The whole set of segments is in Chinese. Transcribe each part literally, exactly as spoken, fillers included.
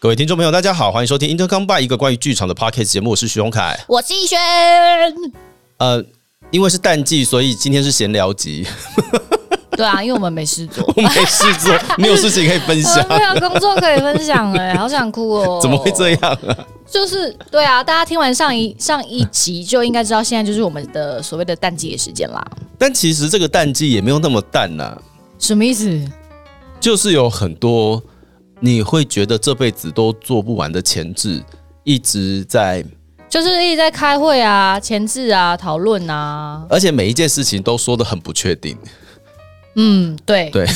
各位听众朋友大家好，欢迎收听 Intercom by 一个关于剧场的 Podcast 节目，我是徐荣凯， 我是逸轩。 呃，因为是淡季，所以今天是闲聊集。 对啊，因为我们没事做， 我没事做，没有事情可以分享， 没有工作可以分享哎、欸，好想哭哦！ 怎么会这样啊？ 就是对啊，大家听完上一上一集就应该知道，现在就是我们的所谓的淡季的时间啦。 但其实这个淡季也没有那么淡呐、啊。 什么意思？ 就是有很多你会觉得这辈子都做不完的前置，一直在， 就是一直在开会啊、前置啊、讨论啊， 而且每一件事情都说得很不确定。 嗯，对对，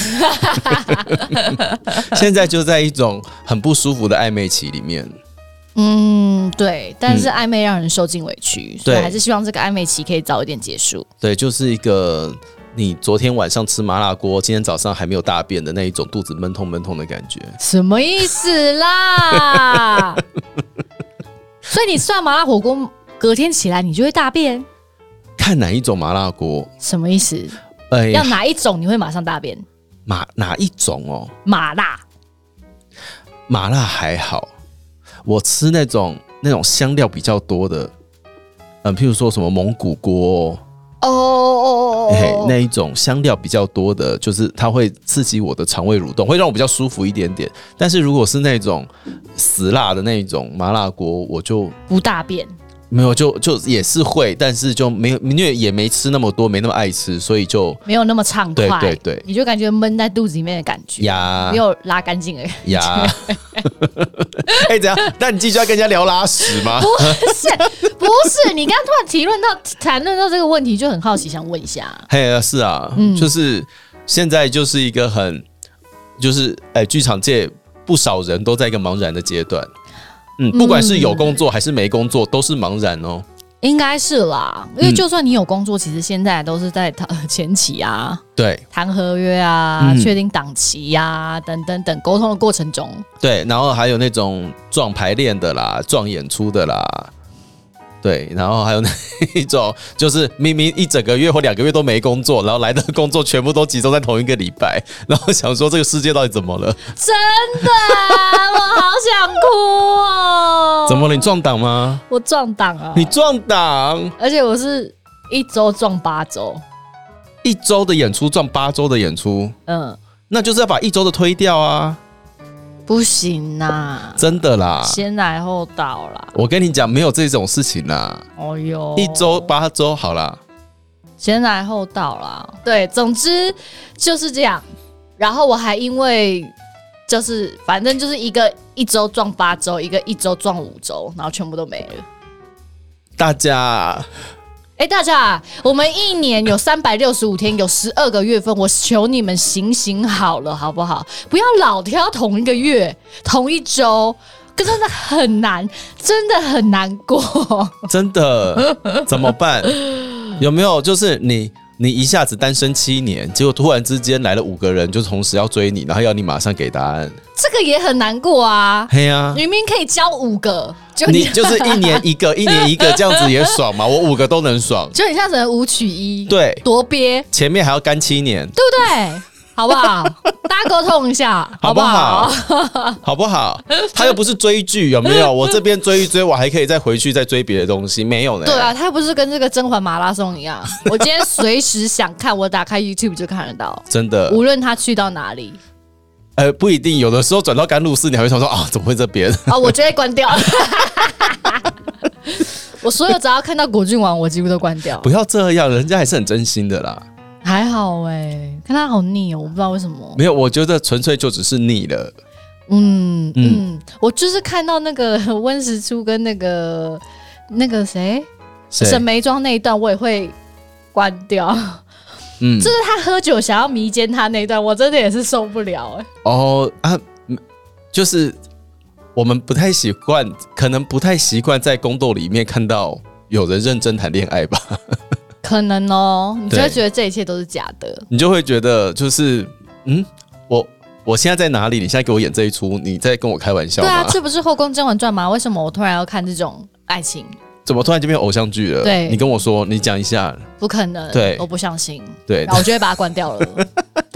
现在就在一种很不舒服的暧昧期里面。 嗯，对，但是暧昧让人受尽委屈， 嗯、 所以还是希望这个暧昧期可以早一点结束。 对，就是一个你昨天晚上吃麻辣锅，今天早上还没有大便的那一种肚子闷痛闷痛的感觉。 什么意思啦？所以你吃完麻辣火锅，隔天起来你就会大便？ 看哪一种麻辣锅？ 什么意思？ 哎、 要哪一种你会马上大便？ 麻哪一种哦？ 麻辣， 麻辣还好，我吃那种那种香料比较多的，嗯，譬如说什么蒙古锅哦哦哦，那一种香料比较多的，就是它会刺激我的肠胃蠕动，会让我比较舒服一点点。但是如果是那种死辣的那种麻辣锅，我就不大便。 没有，就就也是会，但是就没有，因为也没吃那么多，没那么爱吃，所以就没有那么畅快。 对对对， 你就感觉闷在肚子里面的感觉呀， 没有拉干净而已呀。哎、欸，怎样？但你继续要跟人家聊拉屎吗？ 不是，不是，你刚刚突然提论到谈论到这个问题，就很好奇，想问一下。 嘿，是啊，嗯、就是现在就是一个很，就是哎，剧场界不少人都在一个茫然的阶段。嗯，不管是有工作还是没工作，都是茫然哦。 应该是啦，因为就算你有工作，嗯、其实现在都是在前期啊， 对，谈合约啊，确、嗯、定档期啊，等等等沟通的过程中， 对，然后还有那种撞排练的啦，撞演出的啦。对，然后还有那一种，就是明明一整个月或两个月都没工作，然后来的工作全部都集中在同一个礼拜，然后想说这个世界到底怎么了？ 真的，我好想哭哦！ 怎么了？你撞档吗？ 我撞档啊！ 你撞档， 而且我是一周撞八周， 一周的演出撞八周的演出，嗯，那就是要把一周的推掉啊。 不行啦， 真的啦， 先来后到啦。 我跟你讲，没有这种事情啦。 哦哟， 一周八周好啦， 先来后到啦。对，总之就是这样。然后我还因为就是反正就是一个一周撞八周，一个一周撞五周，然后全部都没了。 大家。 哎、欸，大家，我们一年有三百六十五天，有十二个月份，我求你们醒醒好了，好不好？不要老挑同一个月、同一周，真的很难，真的很难过。 真的怎么办？有没有就是你？你一下子单身七年，结果突然之间来了五个人，就同时要追你，然后要你马上给答案， 这个也很难过啊。 嘿啊， 明明可以交五个，就你就是一年一个，一年一个这样子也爽嘛？我五个都能爽， 就很像只能五取一， 对， 多憋， 前面还要干七年， 对不对？好不好？大家沟通一下，好不好？ 好不好？他又不是追剧，有没有？我这边追一追，我还可以再回去再追别的东西，没有呢。 对啊，他不是跟这个甄嬛马拉松一样，我今天随时想看，我打开 YouTube 就看得到， 真的。 无论他去到哪里， 呃，不一定，有的时候转到甘露寺，你还会想说啊，怎么会这边？ 啊，我就会关掉。我所有只要看到果郡王，我几乎都关掉。 不要这样，人家还是很真心的啦。 还好哎、欸，看他好腻哦，我不知道为什么。 没有，我觉得纯粹就只是腻了。 嗯嗯, 嗯，我就是看到那个温实初跟那个那个谁沈眉庄那一段，我也会关掉。嗯，就是他喝酒想要迷奸他那一段，我真的也是受不了哎、欸。 哦啊，就是我们不太习惯，可能不太习惯在宫斗里面看到有人认真谈恋爱吧。 可能哦，你就会觉得这一切都是假的， 你就会觉得就是嗯，我我现在在哪里？你现在给我演这一出，你在跟我开玩笑吗？ 对啊，这不是《后宫甄嬛传》吗？为什么我突然要看这种爱情？ 怎么突然就变偶像剧了？ 对， 你跟我说，你讲一下。 不可能， 对， 我不相信。 对， 然后我就会把它关掉了。大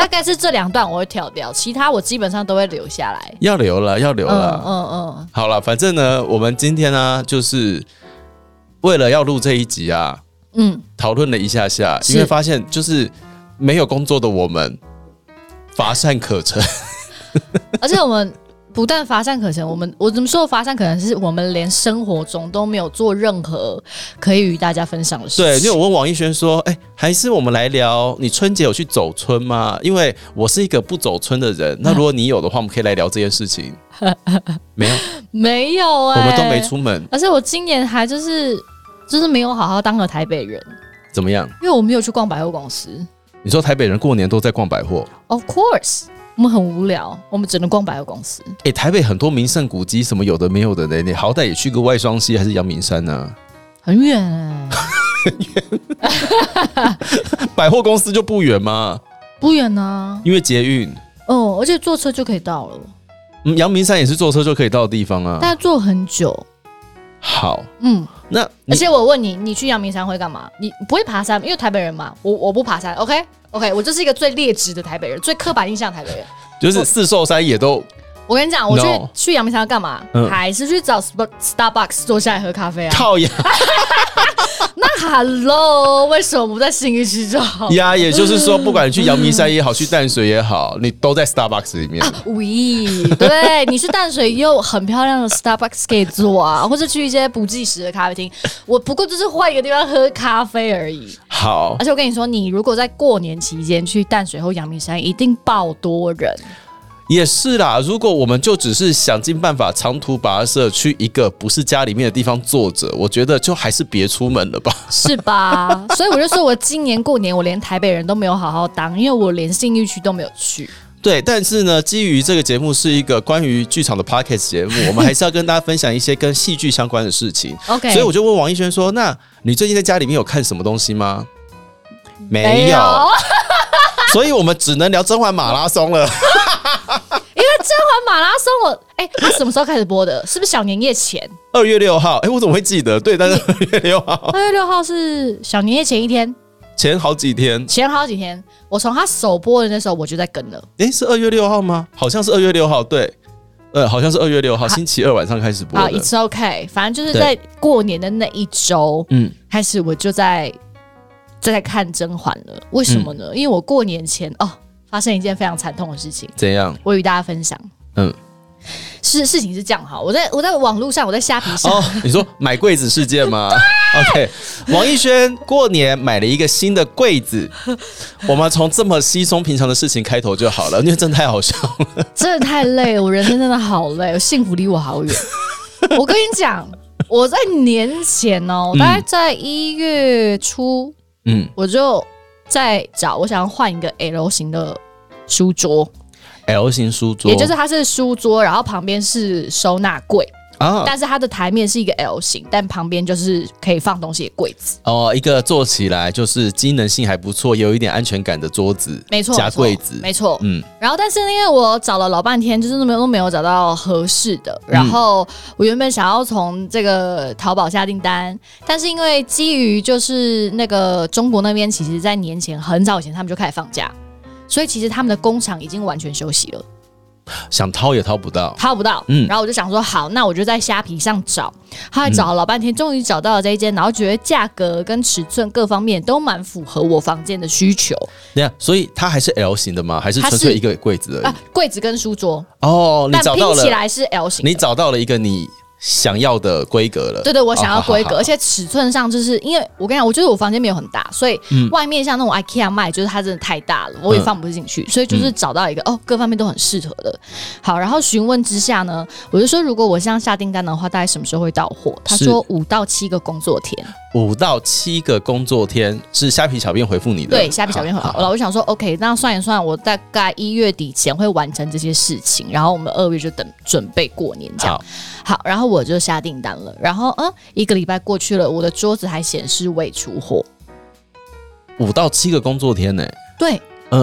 大概是这两段我会跳掉，其他我基本上都会留下来。 要留了，要留了。 嗯嗯嗯。 好了，反正呢，我们今天呢，就是为了要录这一集啊，嗯，讨论了一下下，因为发现就是没有工作的我们乏善可陈， 而且我们。不但乏善可陈，我们我怎么说乏善可陈？是我们连生活中都没有做任何可以与大家分享的事情。 对，因为我问王艺轩说：“哎、欸，还是我们来聊，你春节有去走春吗？因为我是一个不走春的人，那如果你有的话，我们可以来聊这件事情。”没有， 没有哎、 欸，我们都没出门。 而且我今年还就是就是没有好好当个台北人。 怎么样？ 因为我没有去逛百货公司。 你说台北人过年都在逛百货 ？Of course。我们很无聊，我们只能逛百货公司。 哎、欸，台北很多名胜古迹，什么有的没有的呢？你好歹也去个外双溪还是阳明山呢、啊？ 很远哎、欸， 很远。百货公司就不远吗？ 不远啊， 因为捷运。 哦，而且坐车就可以到了。 嗯，阳明山也是坐车就可以到的地方啊。 但坐很久。 好， 嗯， 那而且我问你，你去阳明山会干嘛？你不会爬山，因为台北人嘛，我我不爬山 ，OK OK， 我就是一个最劣质的台北人，最刻板印象的台北人， 就是四兽山也都。 我跟你讲，我去、no. 去阳明山要干嘛、嗯？还是去找 Starbucks 坐下来喝咖啡啊？ 靠呀！ 那 Hello， 为什么不在信义区就好呀？也就是说，不管你去阳明山也好，去淡水也好，你都在 Starbucks 里面。 喂、啊，对，你去淡水也有很漂亮的 Starbucks 可以坐啊，或者去一些补给时的咖啡厅。我不过就是换一个地方喝咖啡而已。 好， 而且我跟你说，你如果在过年期间去淡水或阳明山，一定爆多人。 也是啦，如果我们就只是想尽办法长途跋涉去一个不是家里面的地方坐着，我觉得就还是别出门了吧， 是吧？所以我就说我今年过年我连台北人都没有好好当，因为我连信义区都没有去。 对，但是呢，基于这个节目是一个关于剧场的 podcast 节目，我们还是要跟大家分享一些跟戏剧相关的事情。 OK， 所以我就问王艺轩说：“那你最近在家里面有看什么东西吗？”没有， 没有所以我们只能聊甄嬛马拉松了。 因为甄嬛马拉松我，我、欸、哎，它什么时候开始播的？是不是小年夜前？ 二月六号。哎、欸，我怎么会记得？对，但是二月六号。 二月六号是小年夜前一天， 前好几天， 前好几天。我从他首播的那时候我就在跟了。 哎、欸，是二月六号吗？好像是二月六号，对，呃，好像是二月六号，星期二晚上开始播的。 好 ，It's OK， 反正就是在过年的那一周，嗯，开始我就在在看甄嬛了。为什么呢？嗯、因为我过年前哦。发生一件非常惨痛的事情， 怎样？ 我与大家分享。嗯，是事情是这样哈，我在我在网络上，我在虾皮上。 哦，你说买柜子事件吗？OK， 王艺轩过年买了一个新的柜子，我们从这么稀松平常的事情开头就好了，因为真的太好笑了， 真的太累了，我人生真的好累，我幸福离我好远。我跟你讲，我在年前哦，我大概在一月初，嗯，我就。在找我想要换一个 L 型的书桌 ，L 型书桌， 也就是它是书桌，然后旁边是收纳柜啊，但是它的台面是一个 L 型，但旁边就是可以放东西的柜子。 哦，一个做起来就是机能性还不错，有一点安全感的桌子， 没错， 加柜子， 没错，嗯。然后，但是因为我找了老半天，就是都没有都没有找到合适的。然后我原本想要从这个淘宝下订单，但是因为基于就是那个中国那边，其实在年前很早以前他们就开始放假，所以其实他们的工厂已经完全休息了。 想掏也掏不到， 掏不到。嗯，然后我就想说，好，那我就在虾皮上找，后来找了老半天，终于找到了这一间，然后觉得价格跟尺寸各方面都蛮符合我房间的需求。 对啊，所以它还是 L 型的吗？还是纯粹一个柜子而已？啊， 柜子跟书桌。 哦，你找到了， 但拼起来是 L 型。 你找到了一个你想要的规格了。 对对，我想要规格，哦、而且尺寸上就是因为我跟你讲，我觉得我房间没有很大，所以外面像那种 IKEA 卖，就是它真的太大了，我也放不进去，嗯、所以就是找到一个哦，各方面都很适合的。好，然后询问之下呢，我就说如果我这样下订单的话，大概什么时候会到货？他说五到七个工作天。 五到七个工作天是虾皮小编回复你的， 对，虾皮小编回复。然后我想说 ，OK， 那算一算，我大概一月底前会完成这些事情，然后我们二月就等准备过年这样。好，好，然后我就下订单了，然后嗯，一个礼拜过去了，我的桌子还显示未出货。 五到七个工作天呢、欸？ 对， 嗯。 但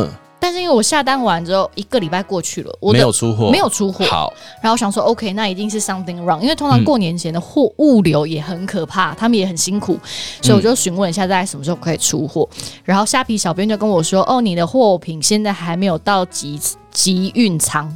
但是因为我下单完之后一个礼拜过去了，我没有出货， 没有出货。 好， 然后想说 OK， 那一定是 something wrong， 因为通常过年前的货物流也很可怕，他们也很辛苦，所以我就询问一下大概什么时候可以出货。然后虾皮小编就跟我说，哦，你的货品现在还没有到集集运仓。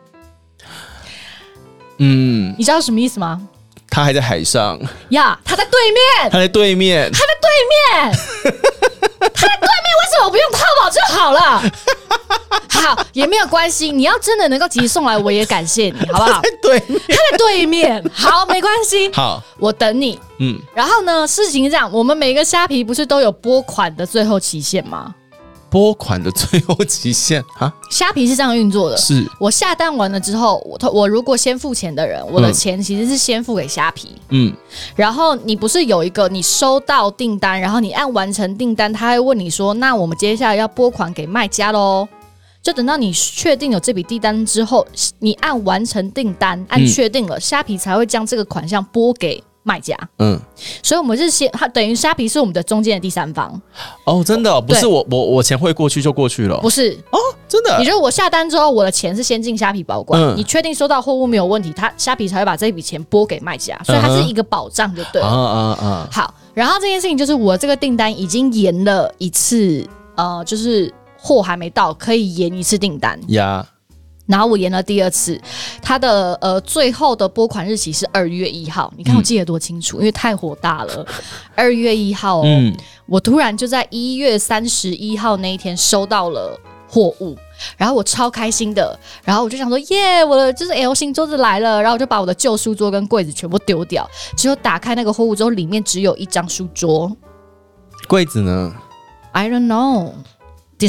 嗯，你知道什么意思吗？ 他还在海上呀， yeah, 他在对面， 他在对面， 他在对面，他在对面，为什么我不用淘宝就好了？好，也没有关系，你要真的能够及时送来，我也感谢你，好不好？ 他在对面， 他在对面，好，没关系， 好， 我等你。嗯，然后呢，事情是这样，我们每个虾皮不是都有拨款的最后期限吗？ 拨款的最后期限啊， 虾皮是这样运作的。 是我下单完了之后，我我如果先付钱的人，我的钱其实是先付给虾皮。嗯，然后你不是有一个你收到订单，然后你按完成订单，他会问你说，那我们接下来要拨款给卖家喽。就等到你确定有这笔订单之后，你按完成订单，按确定了，虾皮才会将这个款项拨给卖家。嗯，所以我们是先，它等于虾皮是我们的中间的第三方。 哦，真的、哦、不是我我我钱汇过去就过去了？ 不是哦，真的。 也就是我下单之后，我的钱是先进虾皮保管，嗯、你确定收到货物没有问题，它虾皮才会把这笔钱拨给卖家，所以它是一个保障，就对了。啊啊啊！好，然后这件事情就是我这个订单已经延了一次，呃，就是货还没到，可以延一次订单呀。然后我延了第二次，它的呃最后的拨款日期是二月一号。你看我记得多清楚，嗯、因为太火大了。二月一号、哦嗯，我突然就在一月三十一号那一天收到了货物，然后我超开心的，然后我就想说耶，我的就是 L 型桌子来了，然后我就把我的旧书桌跟柜子全部丢掉，结果打开那个货物之后，里面只有一张书桌， 柜子呢 ？I don't know, disappear 。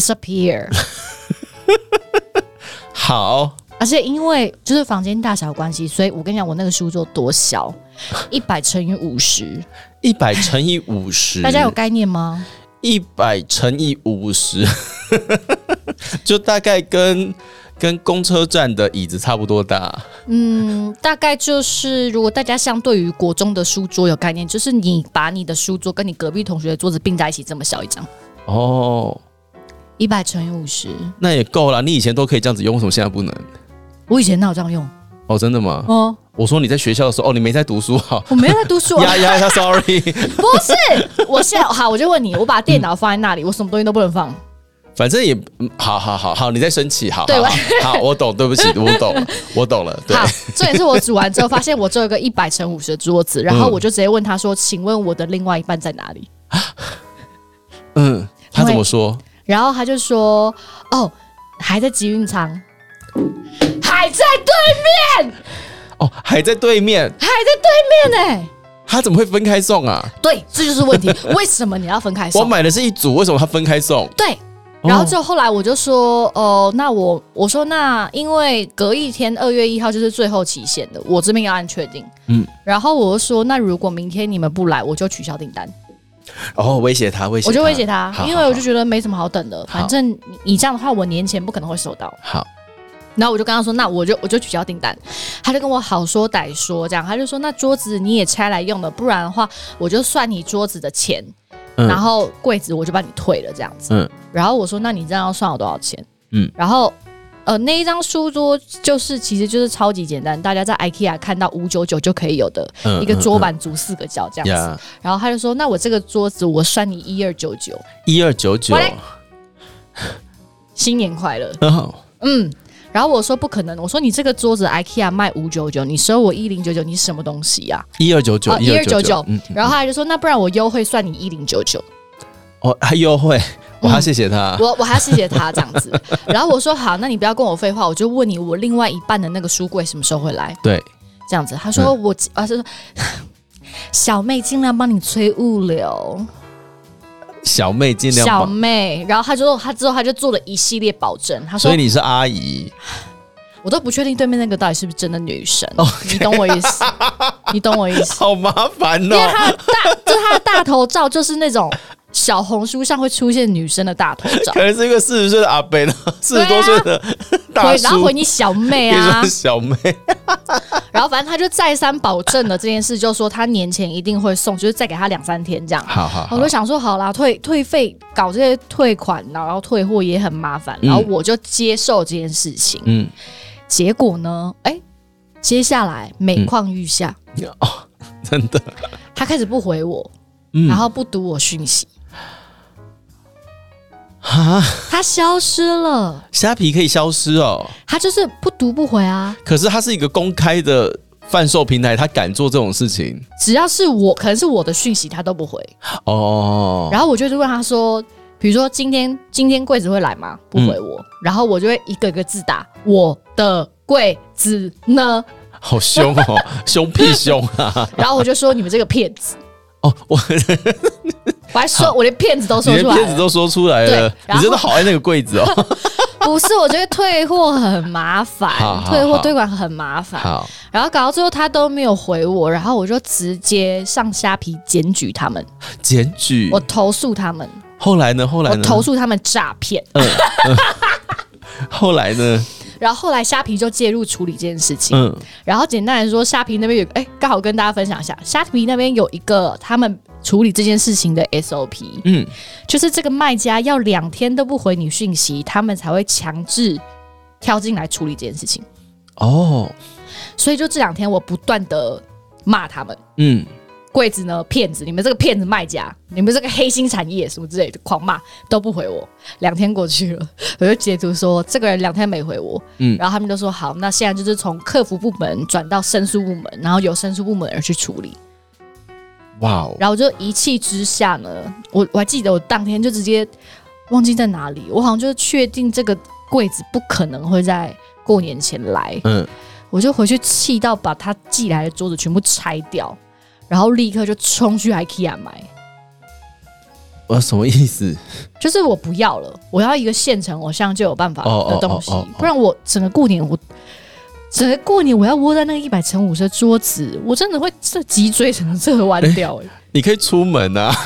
好， 而且因为就是房间大小关系，所以我跟你讲，我那个书桌多小，一百乘以五十， 一百乘以五十， 大家有概念吗？ 一百乘以五十，就大概跟跟公车站的椅子差不多大。嗯， 大概就是如果大家相对于国中的书桌有概念，就是你把你的书桌跟你隔壁同学的桌子并在一起，这么小一张。哦。一百乘以五十， 那也够了。你以前都可以这样子用，为什么现在不能？ 我以前哪有这样用？ 哦，真的吗？哦，我说你在学校的时候，哦，你没在读书好？ 我没在读书、啊。 呀呀呀 ，sorry， 不是，我现在好，我就问你，我把电脑放在那里，嗯、我什么东西都不能放。 反正也好好好好，你在生气，好，对，好, 好, 好，我懂，对不起，我懂了，我懂了。对， 好，重点是我煮完之后，发现我只有一个一百乘五十的桌子，然后我就直接问他说：“请问我的另外一半在哪里？” 嗯，他怎么说？ 然后他就说：“哦，还在集运仓，还在对面。 哦，还在对面， 还在对面哎、欸！ 他怎么会分开送啊？ 对，这就是问题。为什么你要分开送？ 我买的是一组，为什么他分开送？ 对。然后就后来我就说，哦、呃，那我我说那因为隔一天二月一号就是最后期限的，我这边要按确定。嗯。然后我就说，那如果明天你们不来，我就取消订单。” 哦，威胁他，威胁他， 我就威胁他，因为我就觉得没什么好等的，反正 你, 你这样的话，我年前不可能会收到。好，然后我就跟他说，那我就我就取消订单。他就跟我好说歹说，这样他就说，那桌子你也拆来用了，不然的话，我就算你桌子的钱，嗯、然后柜子我就把你退了，这样子。嗯，然后我说，那你这样要算我多少钱？嗯，然后。呃，那一张书桌就是其实就是超级简单，大家在 IKEA 看到五九九就可以有的、嗯、一个桌板组四个角这样子、嗯嗯。然后他就说：“那我这个桌子我算你一二九九， 一二九九， 新年快乐。哦”嗯，然后我说不可能，我说你这个桌子 IKEA 卖五九九，你收我一零九九，你是什么东西呀、啊？ 一二九九， 一二九九。然后他就说：“那不然我优惠算你一零九九。” 哦，还优惠。我还要谢谢他， 嗯、我我还要谢谢他这样子。然后我说好，那你不要跟我废话，我就问你，我另外一半的那个书柜什么时候会来？ 对， 这样子。他说、嗯、我，他说小妹尽量帮你催物流， 小妹尽量小妹。然后他就他之后他就做了一系列保证，他说， 所以你是阿姨。 我都不确定对面那个到底是不是真的女神， okay. 你懂我意思？你懂我意思？ 好麻烦哦， 因为他的大，就是他的大头照就是那种。 小红书上会出现女生的大头照， 可能是一个四十岁的阿伯呢，四十多岁的大叔， 然后回你小妹啊， 小妹， 然后反正他就再三保证了这件事，就说他年前一定会送，就是再给他两三天这样。 好好好， 我就想说好啦，退退费搞这些退款，然后退货也很麻烦，然后我就接受这件事情。嗯，结果呢，哎、欸，接下来每况愈下、 嗯、哦，真的， 他开始不回我，嗯、然后不读我讯息。 哈， 他消失了。 虾皮可以消失哦？ 他就是不读不回啊。 可是他是一个公开的贩售平台，他敢做这种事情？ 只要是我，可能是我的讯息，他都不回。哦。然后我就问他说，比如说今天今天柜子会来吗？不回我。嗯、然后我就会一个一个字打我的柜子呢。 好凶哦，凶屁凶啊！ 然后我就说你们这个骗子。 哦，我我还说，我连骗子都说出来了， 你连骗子都说出来了，你真的好爱那个柜子哦。 不是，我觉得退货很麻烦，退货退款很麻烦。然后搞到最后他都没有回我，然后我就直接上虾皮检举他们， 检举， 我投诉他们。 后来呢？后来呢？ 我投诉他们诈骗。嗯嗯、后来呢？ 然后后来虾皮就介入处理这件事情。嗯，然后简单来说，虾皮那边有，哎，刚好跟大家分享一下，虾皮那边有一个他们处理这件事情的 S O P。嗯，就是这个卖家要两天都不回你讯息，他们才会强制跳进来处理这件事情。哦，所以就这两天我不断的骂他们。嗯。柜子呢？骗子！你们这个骗子卖家，你们这个黑心产业什么之类的，狂骂都不回我。两天过去了，我就截图说这个人两天没回我，嗯，然后他们就说好，那现在就是从客服部门转到申诉部门，然后由申诉部门而去处理。哇哦！然后我就一气之下呢，我我还记得我当天就直接忘记在哪里，我好像就是确定这个柜子不可能会在过年前来，嗯，我就回去气到把他寄来的桌子全部拆掉。然后立刻就冲去 IKEA 买， 呃，什么意思？ 就是我不要了，我要一个现成偶像就有办法的东西， oh, oh, oh, oh, oh. 不然我整个过年我整个过年我要窝在那个一百乘五十的桌子，我真的会这脊椎成这弯掉、欸欸。 你可以出门啊，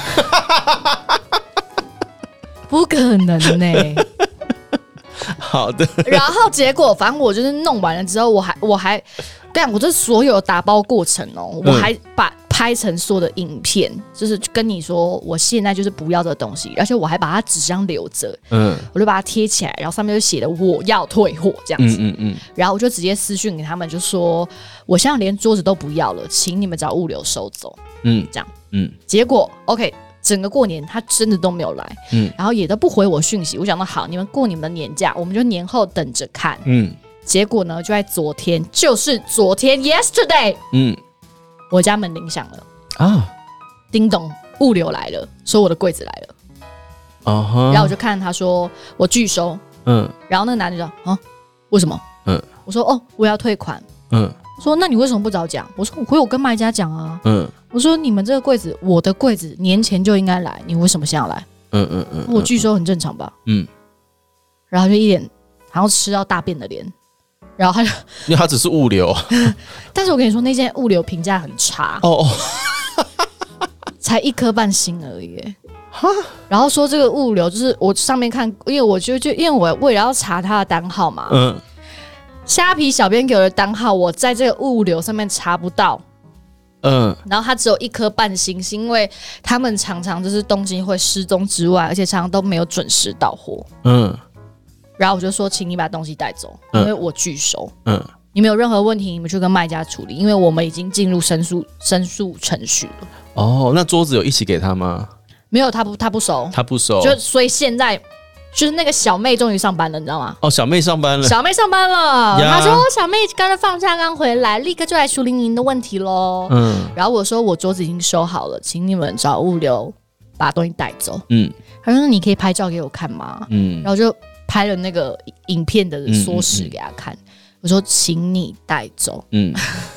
不可能呢、欸。 好的， 然后结果反正我就是弄完了之后，我还我还干，我这所有打包过程哦，我还把拍成所有的影片，就是跟你说我现在就是不要这个东西，而且我还把它纸箱留着，嗯，我就把它贴起来，然后上面就写了我要退货这样子，嗯嗯嗯，然后我就直接私讯给他们，就说我现在连桌子都不要了，请你们找物流收走，嗯，这样，嗯，结果 OK。整个过年他真的都没有来，嗯，然后也都不回我讯息。我想到好，你们过你们的年假，我们就年后等着看，嗯。结果呢，就在昨天，就是昨天 ，yesterday， 嗯，我家门铃响了啊，叮咚，物流来了，说我的柜子来了，哦、uh-huh ，然后我就看他说我拒收，嗯，然后那个男的就说啊，为什么？嗯，我说哦，我要退款，嗯。说那你为什么不早讲？我说我有跟卖家讲啊。嗯，我说你们这个柜子，我的柜子年前就应该来，你为什么现在要来？嗯嗯嗯，我拒收很正常吧？嗯，然后就一脸好像吃到大便的脸，然后他就因为他只是物流， 但是我跟你说那件物流评价很差哦哦，才一颗半星而已。然后说这个物流就是我上面看，因为我就就因为我为了要查他的单号嘛，嗯。虾皮小编给我的单号，我在这个物流上面查不到，嗯，然后它只有一颗半星，是因为他们常常就是东西会失踪之外，而且常常都没有准时到货，嗯，然后我就说，请你把东西带走，因为我拒收，嗯，你们有任何问题，你们去跟卖家处理，因为我们已经进入申诉申诉程序了。哦， 那桌子有一起给他吗？ 没有，他不，他不收， 他不收， 就所以现在。就是那个小妹终于上班了，你知道吗？ 哦，小妹上班了， 小妹上班了。她说小妹刚刚放假刚回来，立刻就来处理您的问题咯。嗯，然后我说我桌子已经收好了，请你们找物流把东西带走。嗯，她说你可以拍照给我看吗？嗯，然后就拍了那个影片的缩时给他看。嗯嗯嗯，我说请你带走。嗯，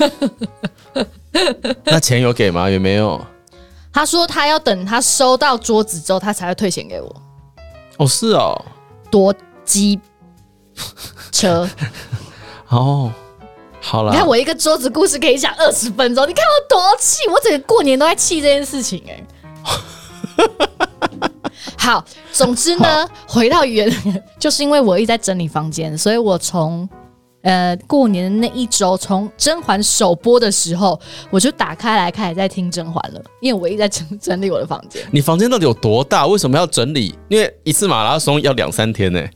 那钱有给吗？有没有？ 他说他要等他收到桌子之后，他才会退钱给我。 哦，是哦， 多机车哦，好了， 你看我一个桌子故事可以讲二十分钟，你看我多气，我整个过年都在气这件事情哎、欸。 好，总之呢，回到原，就是因为我一直在整理房间，所以我从呃过年的那一周，从甄嬛首播的时候，我就打开来开始在听甄嬛了，因为我一直在整整理我的房间。 你房间到底有多大？为什么要整理？因为一次马拉松要两三天呢、欸。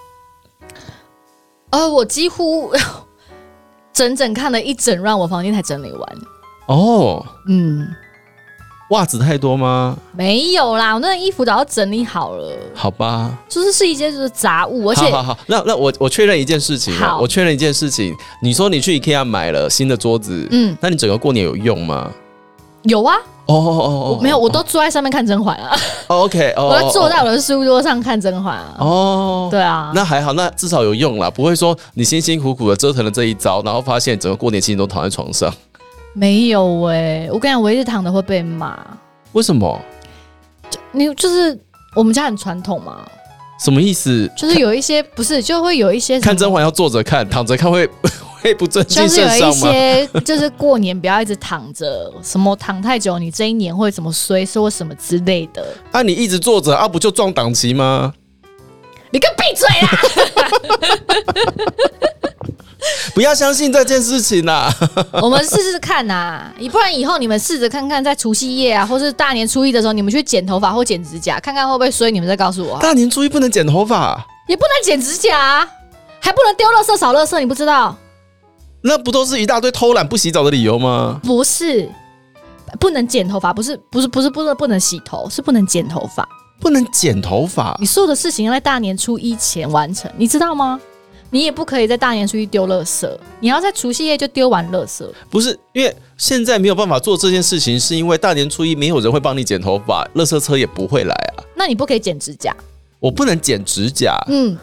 呃，我几乎整整看了一整 round， 我房间才整理完。 哦， 嗯。 袜子太多吗？ 没有啦，我那衣服早就整理好了。 好吧， 就是是一些就是杂物，而且好好好，那那我我确认一件事情啊，我确认一件事情，你说你去 IKEA 买了新的桌子，嗯，那你整个过年有用吗？ 有啊。 哦哦哦， 没有，我都坐在上面看甄嬛啊。 哦 OK， 哦， 我要坐在我的书桌上看甄嬛啊。哦，对啊， 那还好，那至少有用啦，不会说你辛辛苦苦的折腾了这一遭，然后发现整个过年期间都躺在床上。 没有哎、欸，我跟你讲，我一直躺着会被骂。 为什么？ 就你就是我们家很传统嘛。 什么意思？ 就是有一些不是，就会有一些看甄嬛要坐着看，躺着看会会不尊敬圣上吗？ 就是有一些，就是过年不要一直躺着，什么躺太久，你这一年会怎么衰，说什么之类的。 啊，你一直坐着啊，不就撞档期吗？ 你给我闭嘴啦！ 不要相信这件事情啦。 我们试试看呐，不然以后你们试着看看，在除夕夜啊，或是大年初一的时候，你们去剪头发或剪指甲，看看会不会衰，你们再告诉我。 大年初一不能剪头发， 也不能剪指甲啊，还不能丢垃圾、扫垃圾，你不知道？ 那不都是一大堆偷懒不洗澡的理由吗？ 不是，不能剪头发，不是，不是，不是，不是不能洗头，是不能剪头发。 不能剪头发， 你所有的事情要在大年初一前完成，你知道吗？你也不可以在大年初一丢垃圾，你要在除夕夜就丢完垃圾。 不是，因为现在没有办法做这件事情，是因为大年初一没有人会帮你剪头发，垃圾车也不会来啊。 那你不可以剪指甲？ 我不能剪指甲。 嗯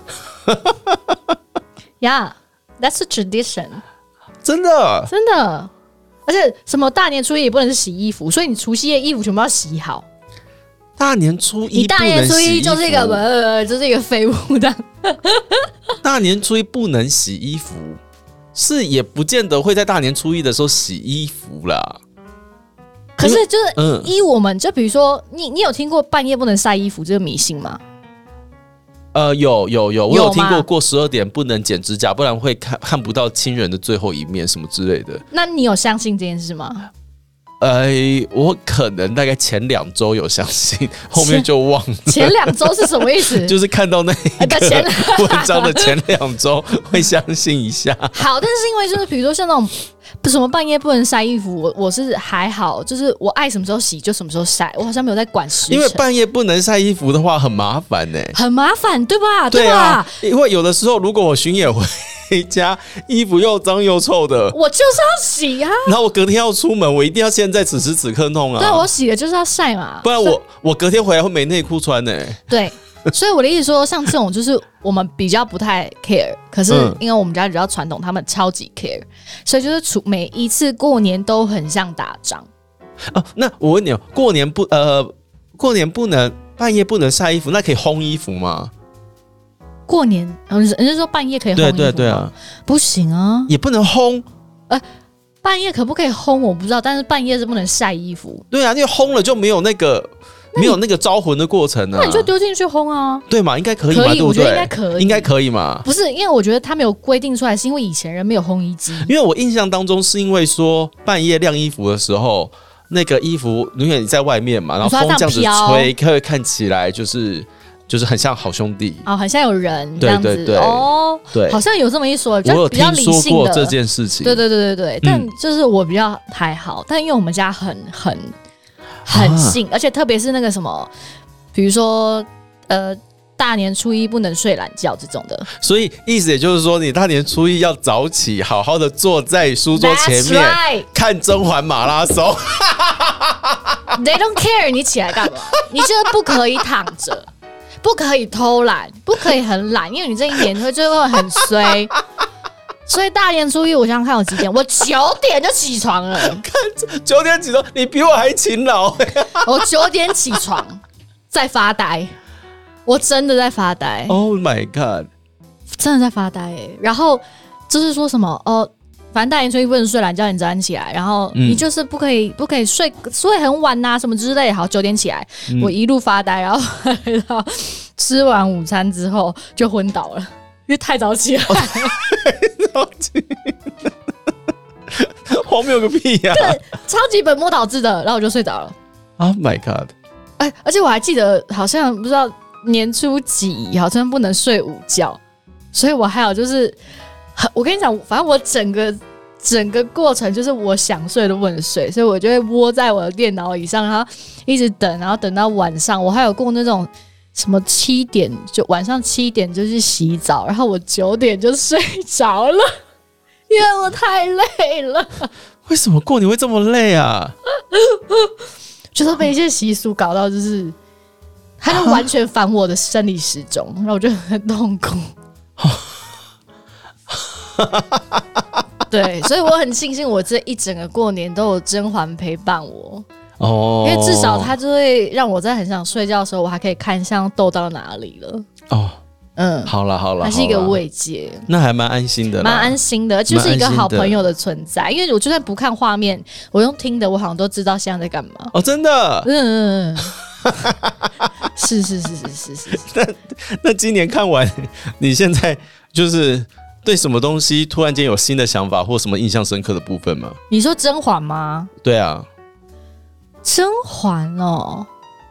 ，Yeah, that's a tradition。 真的， 真的，而且什么大年初一也不能是洗衣服，所以你除夕夜衣服全部要洗好。 大年初一， 你大年初一就是一个呃，就是一个废物的。 大年初一不能洗衣服，是也不见得会在大年初一的时候洗衣服啦。 可是就是依我们，嗯、就比如说你，你有听过半夜不能晒衣服这个迷信吗？ 呃，有有有，我有听过，过十二点不能剪指甲，不然会看看不到亲人的最后一面什么之类的。那你有相信这件事吗？ 呃，我可能大概前两周有相信，后面就忘了。 前两周是什么意思？ 就是看到那一个文章的前两周会相信一下。 好，但是因为就是比如说像那种什么半夜不能晒衣服，我我是还好，就是我爱什么时候洗就什么时候晒，我好像没有在管时辰。 因为半夜不能晒衣服的话很麻烦呢、欸， 很麻烦，对吧？ 对啊，因为有的时候如果我巡演回家，衣服又脏又臭的， 我就是要洗啊。 然后我隔天要出门，我一定要现在此时此刻弄啊。 对，我洗了就是要晒嘛， 不然我我隔天回来会没内裤穿呢、欸。 对。所以我的意思说，像这种就是我们比较不太 care， 可是因为我们家比较传统，他们超级 care， 所以就是每一次过年都很像打仗。 哦，那我问你，过年不呃，过年不能半夜不能晒衣服，那可以烘衣服吗？ 过年，人家说半夜可以烘衣服吗？ 对对对啊， 不行啊， 也不能烘。 呃，半夜可不可以烘我不知道，但是半夜是不能晒衣服。 对啊，因为烘了就没有那个。没有那个招魂的过程啊， 那你就丢进去烘啊， 对嘛？应该可以嘛？ 可以， 对不对？ 我觉得应该可以， 应该可以嘛？ 不是，因为我觉得他没有规定出来，是因为以前人没有烘衣机。 因为我印象当中是因为说半夜晾衣服的时候，那个衣服因为你在外面嘛，然后风这样子吹，会看起来就是就是很像好兄弟哦，很像有人这样子， 对对对， 哦， 对， 好像有这么一说， 我有比较理性的听说过这件事情， 对对对对对，嗯、但就是我比较还好，但因为我们家很很很信，啊、而且特别是那个什么。比如说，呃，大年初一不能睡懒觉这种的， 所以意思也就是说，你大年初一要早起，好好的坐在书桌前面、right. 看甄嬛马拉松。 They don't care 你起来干嘛？你就是不可以躺着，不可以偷懒，不可以很懒，因为你这一年会就会很衰。所以大年初一，我想想看我几点？我九点就起床了。 看九点起床，你比我还勤劳。 我九点起床。在发呆，我真的在发呆。 Oh my god， 真的在发呆哎、欸。然后就是说什么哦， 反正大年初一不能睡懒觉，你早点起来，然后你就是不可以、嗯、不可以睡睡很晚啊什么之类的。好，九点起来、嗯，我一路发呆，然后到吃完午餐之后就昏倒了，因为太早起来。哦、太早起荒谬个屁呀、啊！ 对，超级本末倒置的，然后我就睡着了。 Oh my god！ 哎，而且我还记得，好像不知道年初几，好像不能睡午觉，所以我还有就是。我跟你讲，反正我整个整个过程就是我想睡都不能睡，所以我就会窝在我的电脑椅上，然后一直等，然后等到晚上。我还有过那种什么七点就晚上七点就去洗澡，然后我九点就睡着了，因为我太累了。 为什么过年会这么累啊？ 就是被一些习俗搞到，就是它就完全反我的生理时钟，然后我就很痛苦。对，所以我很庆幸我这一整个过年都有甄嬛陪伴我哦，因为至少它就会让我在很想睡觉的时候，我还可以看像斗到哪里了哦。嗯， 好了好了， 还是一个慰藉， 那还蛮安心的， 蛮安心的，就是一个好朋友的存在。因为我就算不看画面，我用听的，我好像都知道现在在干嘛。 哦，真的， 嗯，是是是是是是。 那那今年看完，你现在就是对什么东西突然间有新的想法，或什么印象深刻的部分吗？ 你说甄嬛吗？ 对啊， 甄嬛哦，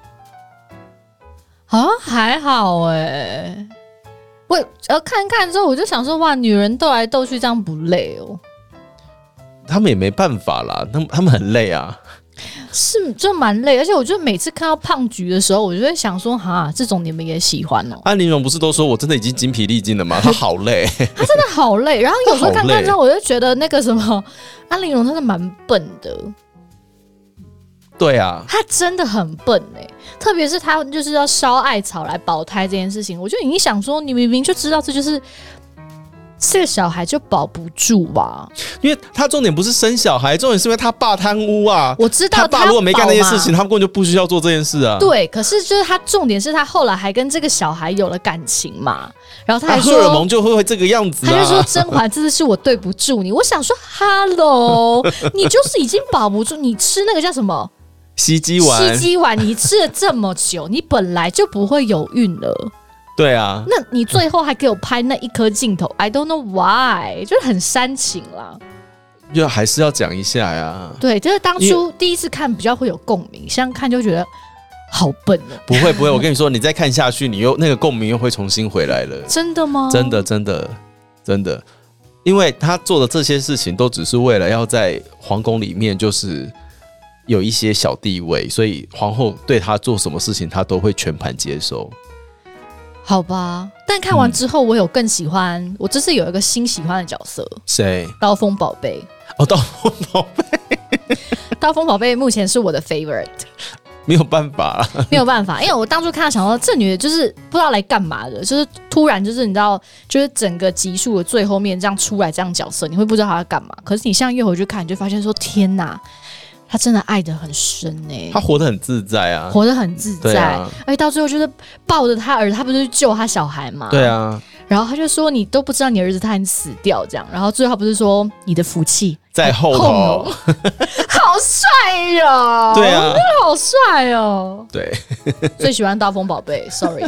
好像还好哎、欸。我呃看看之后，我就想说，哇，女人斗来斗去这样不累哦？ 他们也没办法啦，他们他们很累啊， 是就蛮累，而且我就每次看到胖菊的时候，我就会想说，哈，这种你们也喜欢哦？ 安陵容不是都说我真的已经精疲力尽了吗？她好累， 她真的好累。然后有时候看看之后，我就觉得那个什么安陵容真的蛮笨的。 对啊， 他真的很笨哎、欸，特别是他就是要烧艾草来保胎这件事情，我就已经想说，你明明就知道这就是这个小孩就保不住吧？ 因为他重点不是生小孩，重点是因为他爸贪污啊。 我知道他爸如果没干那些事情，他根本就不需要做这件事啊。 对，可是就是他重点是他后来还跟这个小孩有了感情嘛，然后他还说、 啊、荷尔蒙就会这个样子、啊， 他就说甄嬛这次是我对不住你。我想说 ，Hello， 你就是已经保不住，你吃那个叫什么？ 西鸡丸， 西鸡丸，你吃了这么久，你本来就不会有孕了。 对啊， 那你最后还给我拍那一颗镜头 ，I don't know why， 就是很煽情啦。 就还是要讲一下呀。 对，就是当初第一次看比较会有共鸣，现在看就觉得好笨哦。 不会不会，我跟你说，你再看下去，你又那个共鸣又会重新回来了。 真的吗？ 真的真的真的，因为他做的这些事情都只是为了要在皇宫里面就是有一些小地位，所以皇后对他做什么事情，他都会全盘接受。 好吧，但看完之后，我有更喜欢、嗯，我这次有一个新喜欢的角色， 谁？ 刀锋宝贝。 哦，刀锋宝贝， 刀锋宝贝目前是我的 favorite。 没有办法， 没有办法，因为我当初看到想说，这女的就是不知道来干嘛的，就是突然就是你知道，就是整个集数的最后面这样出来这样角色，你会不知道她要干嘛。可是你现在越回去看，你就发现说，天哪！他真的爱得很深哎、欸， 他活得很自在啊， 活得很自在，啊、而且到最后就是抱着他儿子，他不是去救他小孩嘛？ 对啊， 然后他就说你都不知道你儿子他很死掉这样，然后最后他不是说你的福气在后头， 好帅哟、喔！ 对啊， 真的好帅哦、喔！ 对， 最喜欢刀锋宝贝 ，sorry，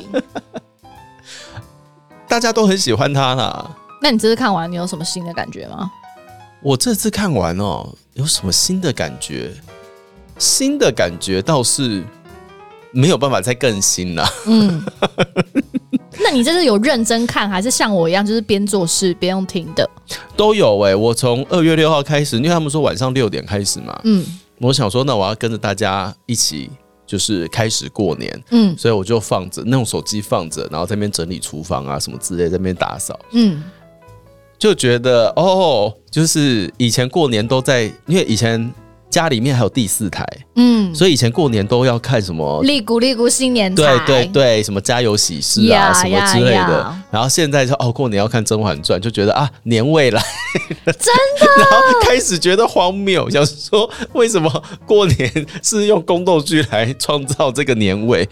大家都很喜欢他啦。 那你这次看完，你有什么新的感觉吗？ 我这次看完哦，有什么新的感觉？新的感觉倒是没有办法再更新啦。嗯， 那你这次有认真看，还是像我一样，就是边做事边用听的？ 都有哎、欸，我从二月六号开始，因为他们说晚上六点开始嘛。嗯，我想说，那我要跟着大家一起，就是开始过年。嗯，所以我就放着，那种手机放着，然后在那边整理厨房啊什么之类，在那边打扫。嗯。就觉得哦，就是以前过年都在，因为以前家里面还有第四台，嗯，所以以前过年都要看什么利古利古新年台， 对对对，什么家有喜事啊 yeah, 什么之类的。Yeah, yeah. 然后现在就哦，过年要看《甄嬛传》，就觉得啊，年味来， 真的， 然后开始觉得荒谬，想说为什么过年是用宫斗剧来创造这个年味？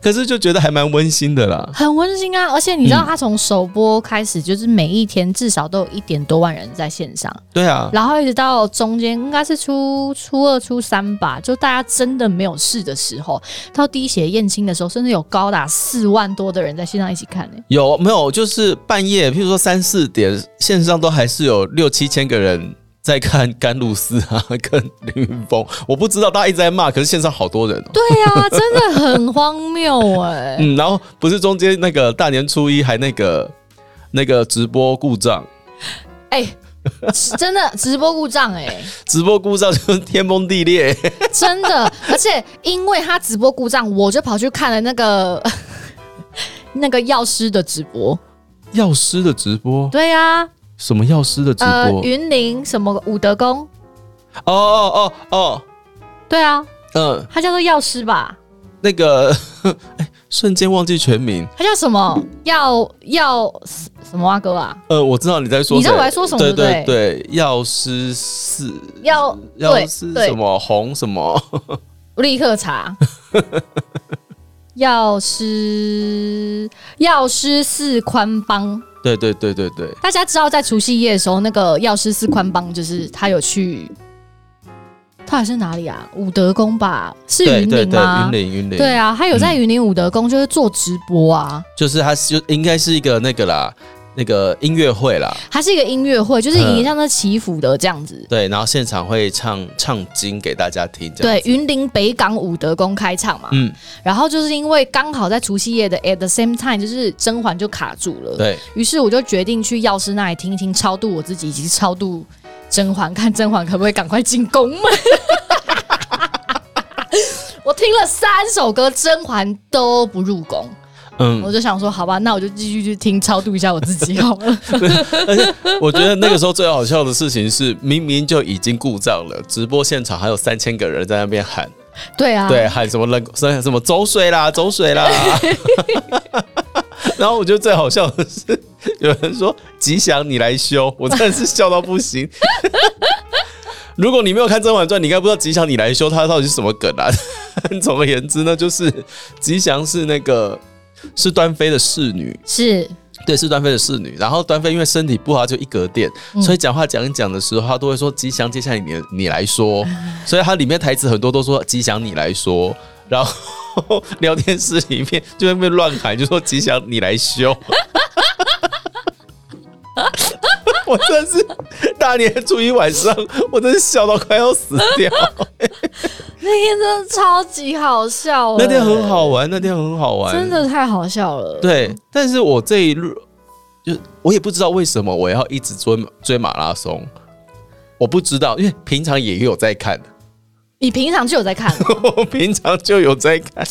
可是就觉得还蛮温馨的啦， 很温馨啊！而且你知道，他从首播开始，就是每一天至少都有一点多万人在线上。 对啊， 然后一直到中间应该是初初二、初三吧，就大家真的没有事的时候，到滴血验亲的时候，甚至有高达四万多的人在线上一起看呢、欸。 有没有？就是半夜，譬如说三四点，线上都还是有六七千个人在看甘露寺啊，跟凌云峰，我不知道大家一直在骂，可是线上好多人哦。 对啊，真的很荒谬哎、欸。 嗯，然后不是中间那个大年初一还那个那个直播故障， 哎、欸，真的直播故障哎、欸， 直播故障就是天崩地裂， 真的。而且因为他直播故障，我就跑去看了那个那个药师的直播。 药师的直播？ 对啊。 什么药师的直播？ 呃，云林什么武德宫？ 哦哦哦哦， 对啊， 嗯， 他叫做药师吧？ 那个，哎，瞬间忘记全名。 他叫什么？药药什么啊哥啊？ 呃，我知道你在说， 你知道我在说什么？ 对对对对，药师寺， 药药师什么红什么？ 我立刻查。药师药师寺宽邦。 对对对对对， 大家知道在除夕夜的时候，那个药师寺宽邦就是他有去，他还是哪里啊？武德宫吧？是云林吗？ 云林云林。 对啊，他有在云林武德宫就是做直播啊， 嗯、就是他就应该是一个那个啦。那个音乐会啦， 它是一个音乐会，就是有点像那祈福的这样子、嗯。 对，然后现场会唱唱经给大家听。 对，云林北港武德宫开唱嘛。嗯。然后就是因为刚好在除夕夜的 at the same time， 就是甄嬛就卡住了。 对。 于是我就决定去药师那里听一听，超度我自己以及超度甄嬛，看甄嬛可不可以赶快进宫门。我听了三首歌，甄嬛都不入宫。嗯，我就想说，好吧，那我就继续去听超度一下我自己好了。 而且我觉得那个时候最好笑的事情是，明明就已经故障了，直播现场还有三千个人在那边喊， 对啊， 对，喊什么人什么走水啦，走水啦。然后我觉得最好笑的是，有人说吉祥你来修，我真的是笑到不行。如果你没有看《甄嬛传》，你应该不知道吉祥你来修它到底是什么梗啊。总而言之呢，就是吉祥是那个。是端妃的侍女， 是对，是端妃的侍女。然后端妃因为身体不好，就一格电，嗯、所以讲话讲一讲的时候，她都会说吉祥，接下来你你来说。所以她里面台词很多都说吉祥你来说，然后聊天室里面就在那边乱喊，就说吉祥你来修。我真的是大年初一晚上，我真是笑到快要死掉。 那天真的超级好笑、欸， 那天很好玩，那天很好玩， 真的太好笑了。 对，但是我这一路就我也不知道为什么我要一直追追马拉松，我不知道，因为平常也有在看。 你平常就有在看、哦？ 我平常就有在看。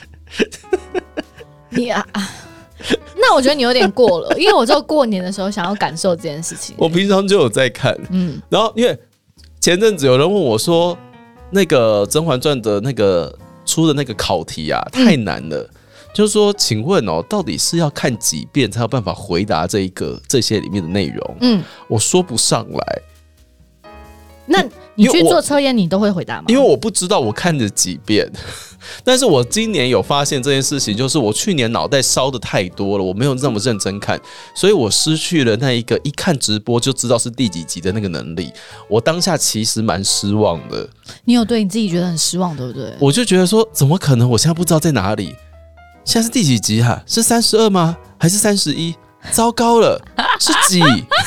你啊。那我觉得你有点过了，因为我只有过年的时候想要感受这件事情。 我平常就有在看，嗯，然后因为前阵子有人问我说，那个《甄嬛传》的那个出的那个考题啊，太难了，嗯、就是说，请问哦，到底是要看几遍才有办法回答这一个这些里面的内容？嗯，我说不上来。 那你去做测验，你都会回答吗？ 因为我不知道我看了几遍，但是我今年有发现这件事情，就是我去年脑袋烧的太多了，我没有那么认真看，所以我失去了那一个一看直播就知道是第几集的那个能力。我当下其实蛮失望的。 你有对你自己觉得很失望，对不对？ 我就觉得说，怎么可能？我现在不知道在哪里。现在是第几集哈、啊？是三十二吗？还是三十一？糟糕了，是几？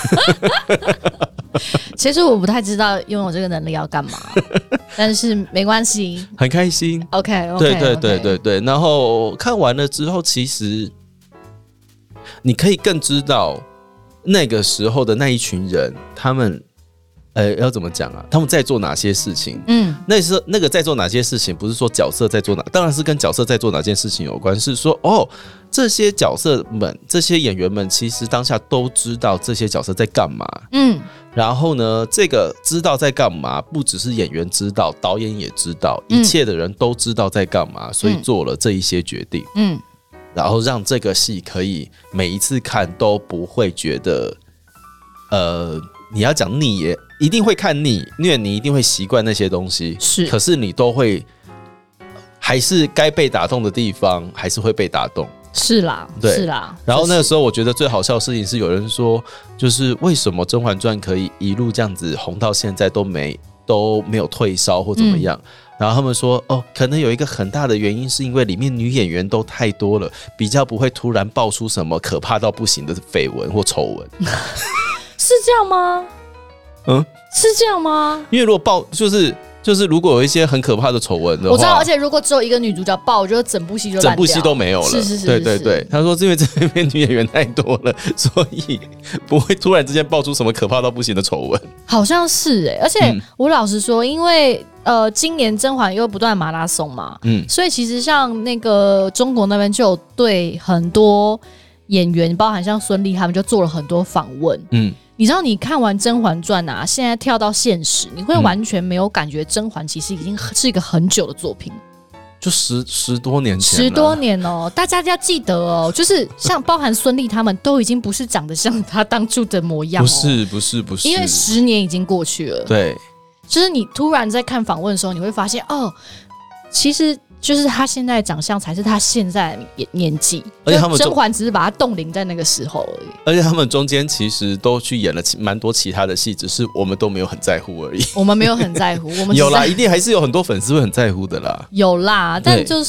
其实我不太知道拥有这个能力要干嘛，但是没关系， 很开心。 OK，, okay 对对对对对。然后看完了之后，其实你可以更知道那个时候的那一群人，他们呃要怎么讲啊？他们在做哪些事情？嗯，那时候那个在做哪些事情，不是说角色在做哪，当然是跟角色在做哪件事情有关，是说哦。这些角色们，这些演员们，其实当下都知道这些角色在干嘛。嗯，然后呢，这个知道在干嘛，不只是演员知道，导演也知道，一切的人都知道在干嘛，嗯、所以做了这一些决定。嗯，然后让这个戏可以每一次看都不会觉得，呃，你要讲腻也一定会看腻，因为你一定会习惯那些东西。是，可是你都会。 还是该被打动的地方还是会被打动。 是啦， 对， 是啦。 然后那个时候，我觉得最好笑的事情是，有人说，就是为什么《甄嬛传》可以一路这样子红到现在都没都没有退烧或怎么样？嗯、然后他们说，哦，可能有一个很大的原因，是因为里面女演员都太多了，比较不会突然爆出什么可怕到不行的绯闻或丑闻。 是这样吗？嗯，是这样吗？ 因为如果爆就是。就是如果有一些很可怕的丑闻的话， 我知道，而且如果只有一个女主角爆，我觉得整部戏就烂掉， 整部戏都没有了。 是是是， 对对对。他说是因为这边女演员太多了，所以不会突然之间爆出什么可怕到不行的丑闻。 好像是哎、欸，而且我老实说，因为呃，今年甄嬛又不断马拉松嘛，嗯，所以其实像那个中国那边就有对很多演员，包含像孙俪他们，就做了很多访问，嗯。你知道你看完《甄嬛传》啊，现在跳到现实，你会完全没有感觉甄嬛其实已经是一个很久的作品， 就十十多年前， 十多年哦。大家要记得哦，就是像包含孙俪他们都已经不是长得像她当初的模样、哦， 不是不是不是， 因为十年已经过去了。 对， 就是你突然在看访问的时候，你会发现哦，其实。就是他现在的长相才是他现在的年纪，而且他们甄嬛只是把他冻龄在那个时候而已。 而且他们中间其实都去演了蛮多其他的戏，只是我们都没有很在乎而已。 我们没有很在乎，我们有啦，一定还是有很多粉丝会很在乎的啦。 有啦，但就是，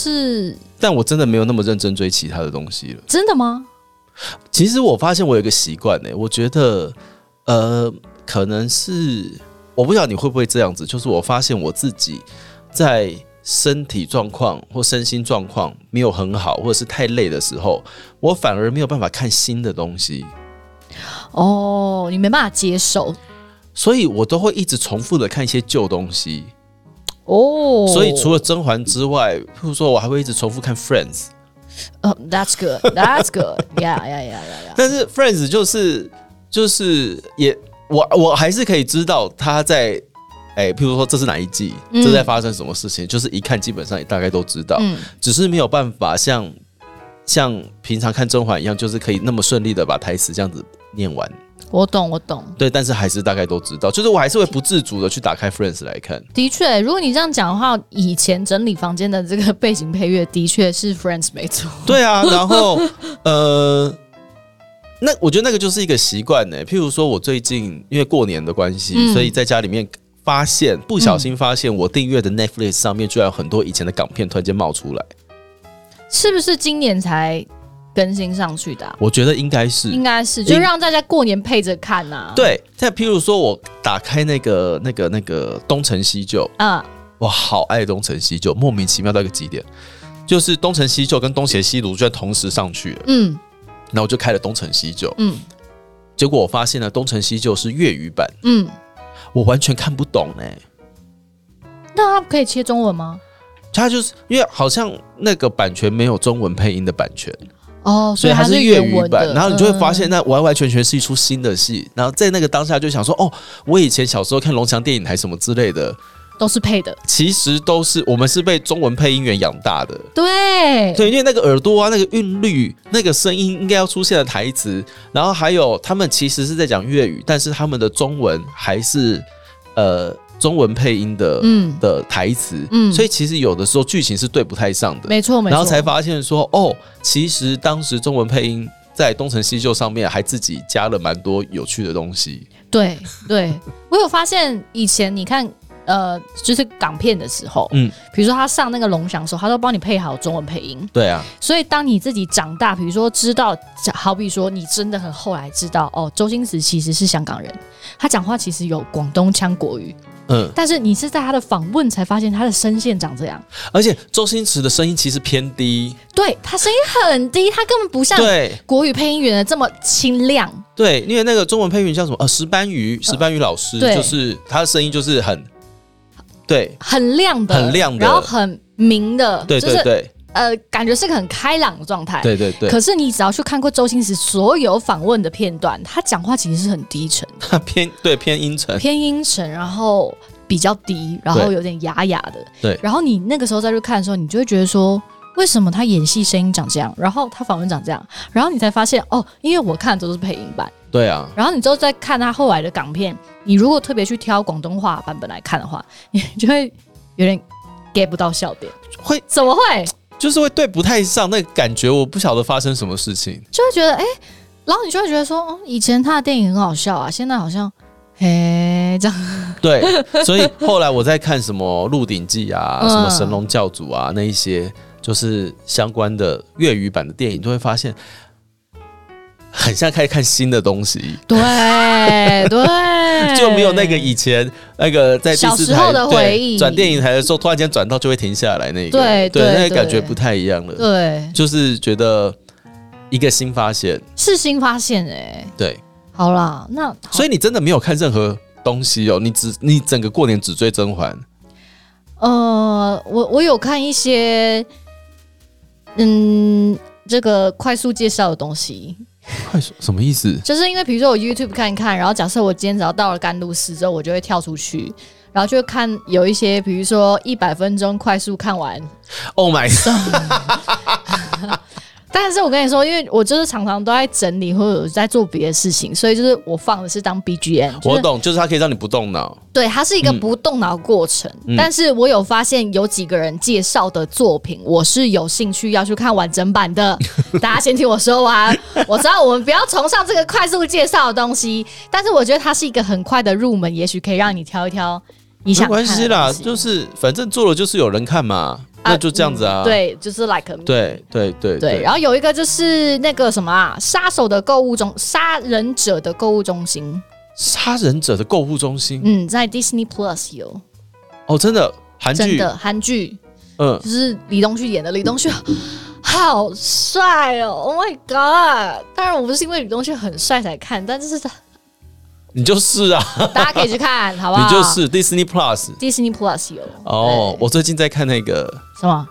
但我真的没有那么认真追其他的东西了。 真的吗？ 其实我发现我有一个习惯呢，我觉得呃，可能是我不知道你会不会这样子，就是我发现我自己在。身体状况或身心状况没有很好，或者是太累的时候，我反而没有办法看新的东西。 哦，你没办法接受，所以我都会一直重复的看一些旧东西。哦，所以除了甄嬛之外，譬如说我还会一直重复看 Friends。 哦、uh, ，That's good, That's good, yeah, yeah, yeah, yeah, yeah. 但是 Friends 就是就是也我我还是可以知道他在。哎、欸，譬如说这是哪一季，嗯、这在发生什么事情，就是一看基本上也大概都知道，嗯、只是没有办法像像平常看甄嬛一样，就是可以那么顺利的把台词这样子念完。 我懂，我懂。 对，但是还是大概都知道，就是我还是会不自主的去打开 Friends 来看。 的确，如果你这样讲的话，以前整理房间的这个背景配乐的确是 Friends 没错。 对啊，然后呃。那我觉得那个就是一个习惯呢。譬如说，我最近因为过年的关系，嗯、所以在家里面。发现不小心发现我订阅的 Netflix 上面居然有很多以前的港片突然间冒出来， 是不是今年才更新上去的、啊？ 我觉得应该是， 应该是，就让大家过年配着看啊。 对，再譬如说我打开那个那个那个东成西就啊，我好爱东成西就，莫名其妙到一个极点，就是东成西就跟东邪西毒居然同时上去了，嗯，然后我就开了东成西就，嗯，结果我发现了东成西就是粤语版，嗯。我完全看不懂哎、欸， 那他可以切中文吗？ 他就是因为好像那个版权没有中文配音的版权哦， 所以它是粤语版。然后你就会发现，那完完全全是一出新的戏。然后在那个当下就想说，哦，我以前小时候看龙翔电影台什么之类的， 都是配的， 其实都是我们是被中文配音员养大的。 对对，因为那个耳朵啊，那个韵律，那个声音应该要出现的台词，然后还有他们其实是在讲粤语，但是他们的中文还是呃中文配音的、嗯、的台词，嗯，所以其实有的时候剧情是对不太上的， 没错没错。 然后才发现说，哦，其实当时中文配音在东成西就上面还自己加了蛮多有趣的东西。 对对，我有发现以前你看。呃，就是港片的时候，嗯，比如说他上那个龙翔的时候，他都帮你配好中文配音。 对啊， 所以当你自己长大，比如说知道，好比说你真的很后来知道，哦，周星驰其实是香港人，他讲话其实有广东腔国语，嗯，但是你是在他的访问才发现他的声线长这样， 而且周星驰的声音其实偏低， 对他声音很低，他根本不像国语配音员的这么清亮。对， 因为那个中文配音员叫什么？呃，石斑鱼，石斑鱼老师，呃、就是他的声音就是很。对， 很亮的， 很亮的， 然后很明的， 对对对，就是呃，感觉是个很开朗的状态， 对对对。 可是你只要去看过周星驰所有访问的片段，他讲话其实是很低沉， 他偏对偏阴沉， 偏阴沉，然后比较低，然后有点哑哑的， 对。 然后你那个时候再去看的时候，你就会觉得说，为什么他演戏声音长这样，然后他访问长这样，然后你才发现哦，因为我看的都是配音版。 对啊， 然后你之后再看他后来的港片，你如果特别去挑广东话版本来看的话，你就会有点 get 不到笑点， 会怎么会？ 就是会对不太上那个感觉，我不晓得发生什么事情， 就会觉得哎、欸，然后你就会觉得说，哦，以前他的电影很好笑啊，现在好像。嘿，这样对，所以后来我在看什么《鹿鼎记》啊、嗯、什么《神龙教主》啊，那一些就是相关的粤语版的电影，都会发现很像开始看新的东西。 对对， 就没有那个以前那个在第四台的回忆转电影台的时候，突然间转到就会停下来那个， 对 对, 对，那个感觉不太一样了。 对， 就是觉得一个新发现， 是新发现哎、欸， 对。 好啦，那所以你真的没有看任何东西哦？你只你整个过年只追甄嬛？ 呃，我我有看一些，嗯，这个快速介绍的东西。 快速什么意思？ 就是因为比如说我 YouTube 看一看，然后假设我今天只要到了甘露寺之后，我就会跳出去，然后就看有一些，比如说一百分钟快速看完。 Oh my god！ 但是我跟你说，因为我就是常常都在整理或者在做别的事情，所以就是我放的是当 B G M、就是。 我懂，就是它可以让你不动脑。 对，它是一个不动脑过程、嗯。但是我有发现有几个人介绍的作品，我是有兴趣要去看完整版的。大家先听我说完。我知道我们不要崇尚这个快速介绍的东西，但是我觉得它是一个很快的入门，也许可以让你挑一挑你想看的东西。 没关系啦，就是反正做了就是有人看嘛。那就这样子啊， 啊嗯、对，就是 like， 对对对对, 对。然后有一个就是那个什么啊，杀手的购物中，杀人者的购物中心， 杀人者的购物中心， 嗯，在 Disney Plus 有。 哦，真的，韩剧， 真的韩剧， 嗯， 就是李东旭演的，李东旭好帅哦 ，Oh my god！ 当然我不是因为李东旭很帅才看，但就是他。 你就是啊， 大家可以去看，好不好？ 你就是 Disney Plus，Disney Plus 有哦。我最近在看那个什么，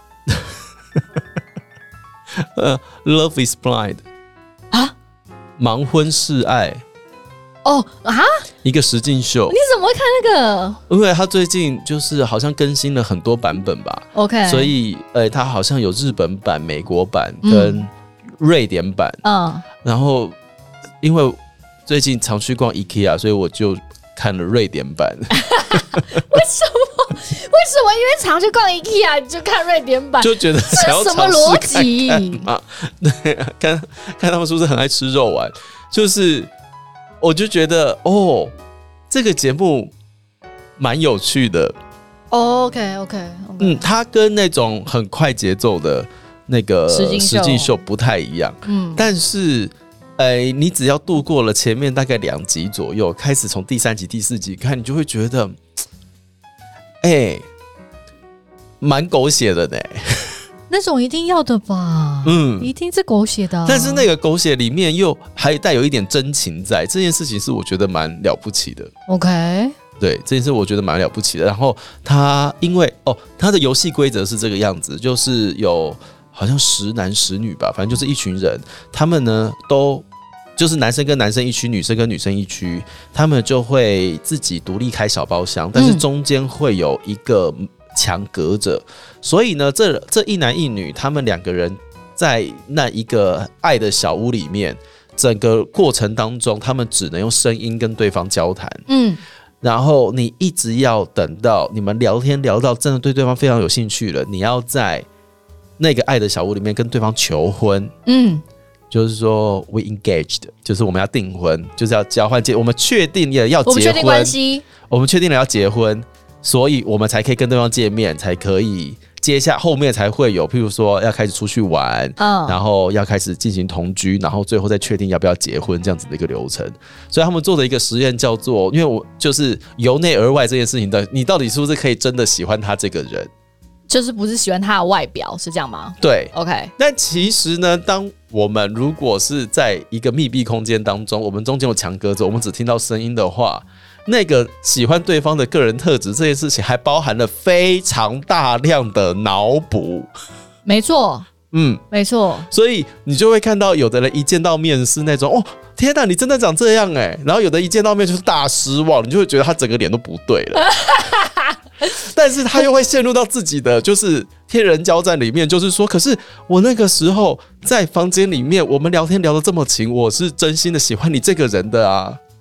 呃，Love is Blind 啊， 盲婚试爱。 哦啊， 一个实境秀。 你怎么会看那个？ 因为他最近就是好像更新了很多版本吧。 OK， 所以呃，他好像有日本版、美国版跟瑞典版。嗯，然后因为最近常去逛 IKEA， 所以我就看了瑞典版。为什么？为什么？因为常去逛 IKEA 你就看瑞典版， 就觉得想要尝试看看嘛。对，看看他们是不是很爱吃肉丸，就是我就觉得哦，这个节目蛮有趣的。 Oh, OK OK，, okay. 嗯，它跟那种很快节奏的那个实境秀不太一样。嗯，但是。呃，你只要度过了前面大概两集左右，开始从第三集、第四集看，你就会觉得，哎，蛮狗血的呢。 那种一定要的吧？嗯，一定是狗血的、啊。 但是那个狗血里面又还带有一点真情在，这件事情是我觉得蛮了不起的。 OK， 对，这件事我觉得蛮了不起的。然后他因为哦，他的游戏规则是这个样子，就是有。好像十男十女吧，反正就是一群人，他们呢都就是男生跟男生一区，女生跟女生一区，他们就会自己独立开小包厢，但是中间会有一个墙隔着，所以呢，这这一男一女，他们两个人在那一个爱的小屋里面，整个过程当中，他们只能用声音跟对方交谈。嗯。然后你一直要等到你们聊天聊到真的对对方非常有兴趣了，你要在那个爱的小屋里面跟对方求婚，嗯，就是说 we engaged， 就是我们要订婚，就是要交换戒，我们确定了要结婚，我们确定关系，我们确定了要结婚，所以我们才可以跟对方见面，才可以接下后面才会有，譬如说要开始出去玩，嗯，然后要开始进行同居，然后最后再确定要不要结婚这样子的一个流程。所以他们做的一个实验叫做，因为我就是由内而外这件事情的，你到底是不是可以真的喜欢他这个人？ 就是不是喜欢他的外表，是这样吗？ 对 ，OK。 但其实呢，当我们如果是在一个密闭空间当中，我们中间有墙隔着，我们只听到声音的话，那个喜欢对方的个人特质这件事情，还包含了非常大量的脑补。 没错，嗯，没错。 所以你就会看到，有的人一见到面是那种哦，天哪，你真的长这样哎，然后有的一见到面就是大失望，你就会觉得他整个脸都不对了。但是他又会陷入到自己的就是天人交战里面，就是说，可是我那个时候在房间里面，我们聊天聊得这么勤，我是真心的喜欢你这个人的啊。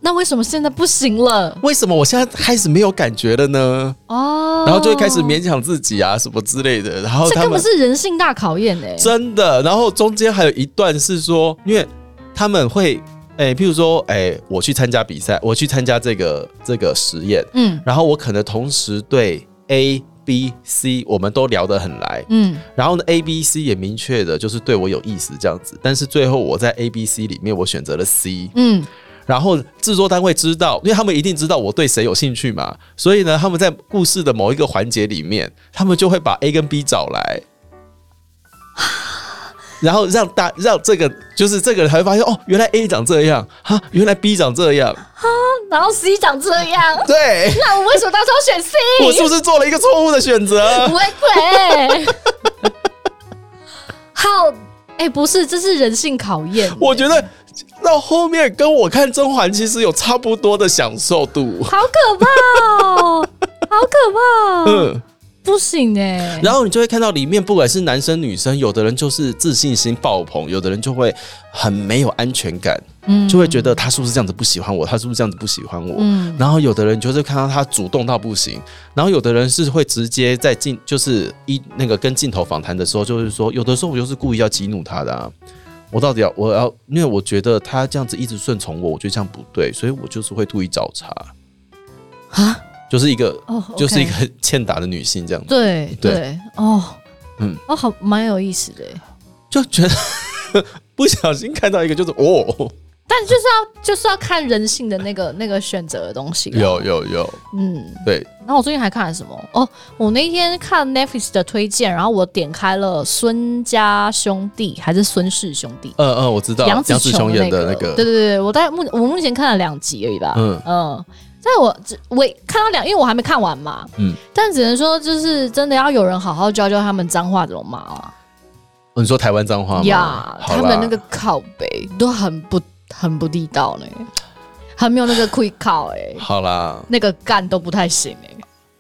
那为什么现在不行了？ 为什么我现在开始没有感觉了呢？哦，然后就会开始勉强自己啊，什么之类的。然后他们这根本是人性大考验哎、欸， 真的。然后中间还有一段是说，因为他们会，哎、欸，譬如说，哎、欸，我去参加比赛，我去参加这个这个实验，嗯，然后我可能同时对 A、B、C 我们都聊得很来，嗯，然后呢 A、B、C 也明确的就是对我有意思这样子，但是最后我在 A、B、C 里面我选择了 C， 嗯。然后制作单位知道，因为他们一定知道我对谁有兴趣嘛，所以呢，他们在故事的某一个环节里面，他们就会把 A 跟 B 找来，然后让大让这个就是这个人才会发现，哦，原来 A 长这样，哈，原来 B 长这样， 哈，然后 C 长这样， 对， 那我为什么当初要选 C？ 我是不是做了一个错误的选择？ 不会对，好，哎、欸，不是，这是人性考验。 我觉得。到后面跟我看甄嬛其实有差不多的享受度， 好可怕哦，好可怕、哦，嗯，不行哎。 然后你就会看到里面不管是男生女生，有的人就是自信心爆棚，有的人就会很没有安全感，嗯，就会觉得他是不是这样子不喜欢我，他是不是这样子不喜欢我，嗯，然后有的人就是看到他主动到不行，然后有的人是会直接在镜就是一那个跟镜头访谈的时候，就是说有的时候我就是故意要激怒他的啊。我到底要我要，因为我觉得他这样子一直顺从我，我觉得这样不对，所以我就是会故意找茬啊，就是一个、oh, okay. 就是一个欠打的女性这样子。 对 对, 对哦，嗯，哦，好，蛮有意思的， 就觉得不小心看到一个就是哦。 但就是要就是要看人性的那个那个选择的东西。 有有有，嗯，对。 然后我最近还看了什么？哦，我那天看 Netflix 的推荐，然后我点开了孙家兄弟还是孙氏兄弟？ 嗯嗯，我知道，杨紫琼演的那个。 对对对，我在目我目前看了两集而已吧。嗯嗯，但我我看到两，因为我还没看完嘛。嗯。但只能说，就是真的要有人好好教教他们脏话怎么骂啊。 哦，你说台湾脏话吗？ 呀，他们那个靠北都很不。很不地道呢，很没有那个quick call哎。 好啦， 那个干都不太行哎。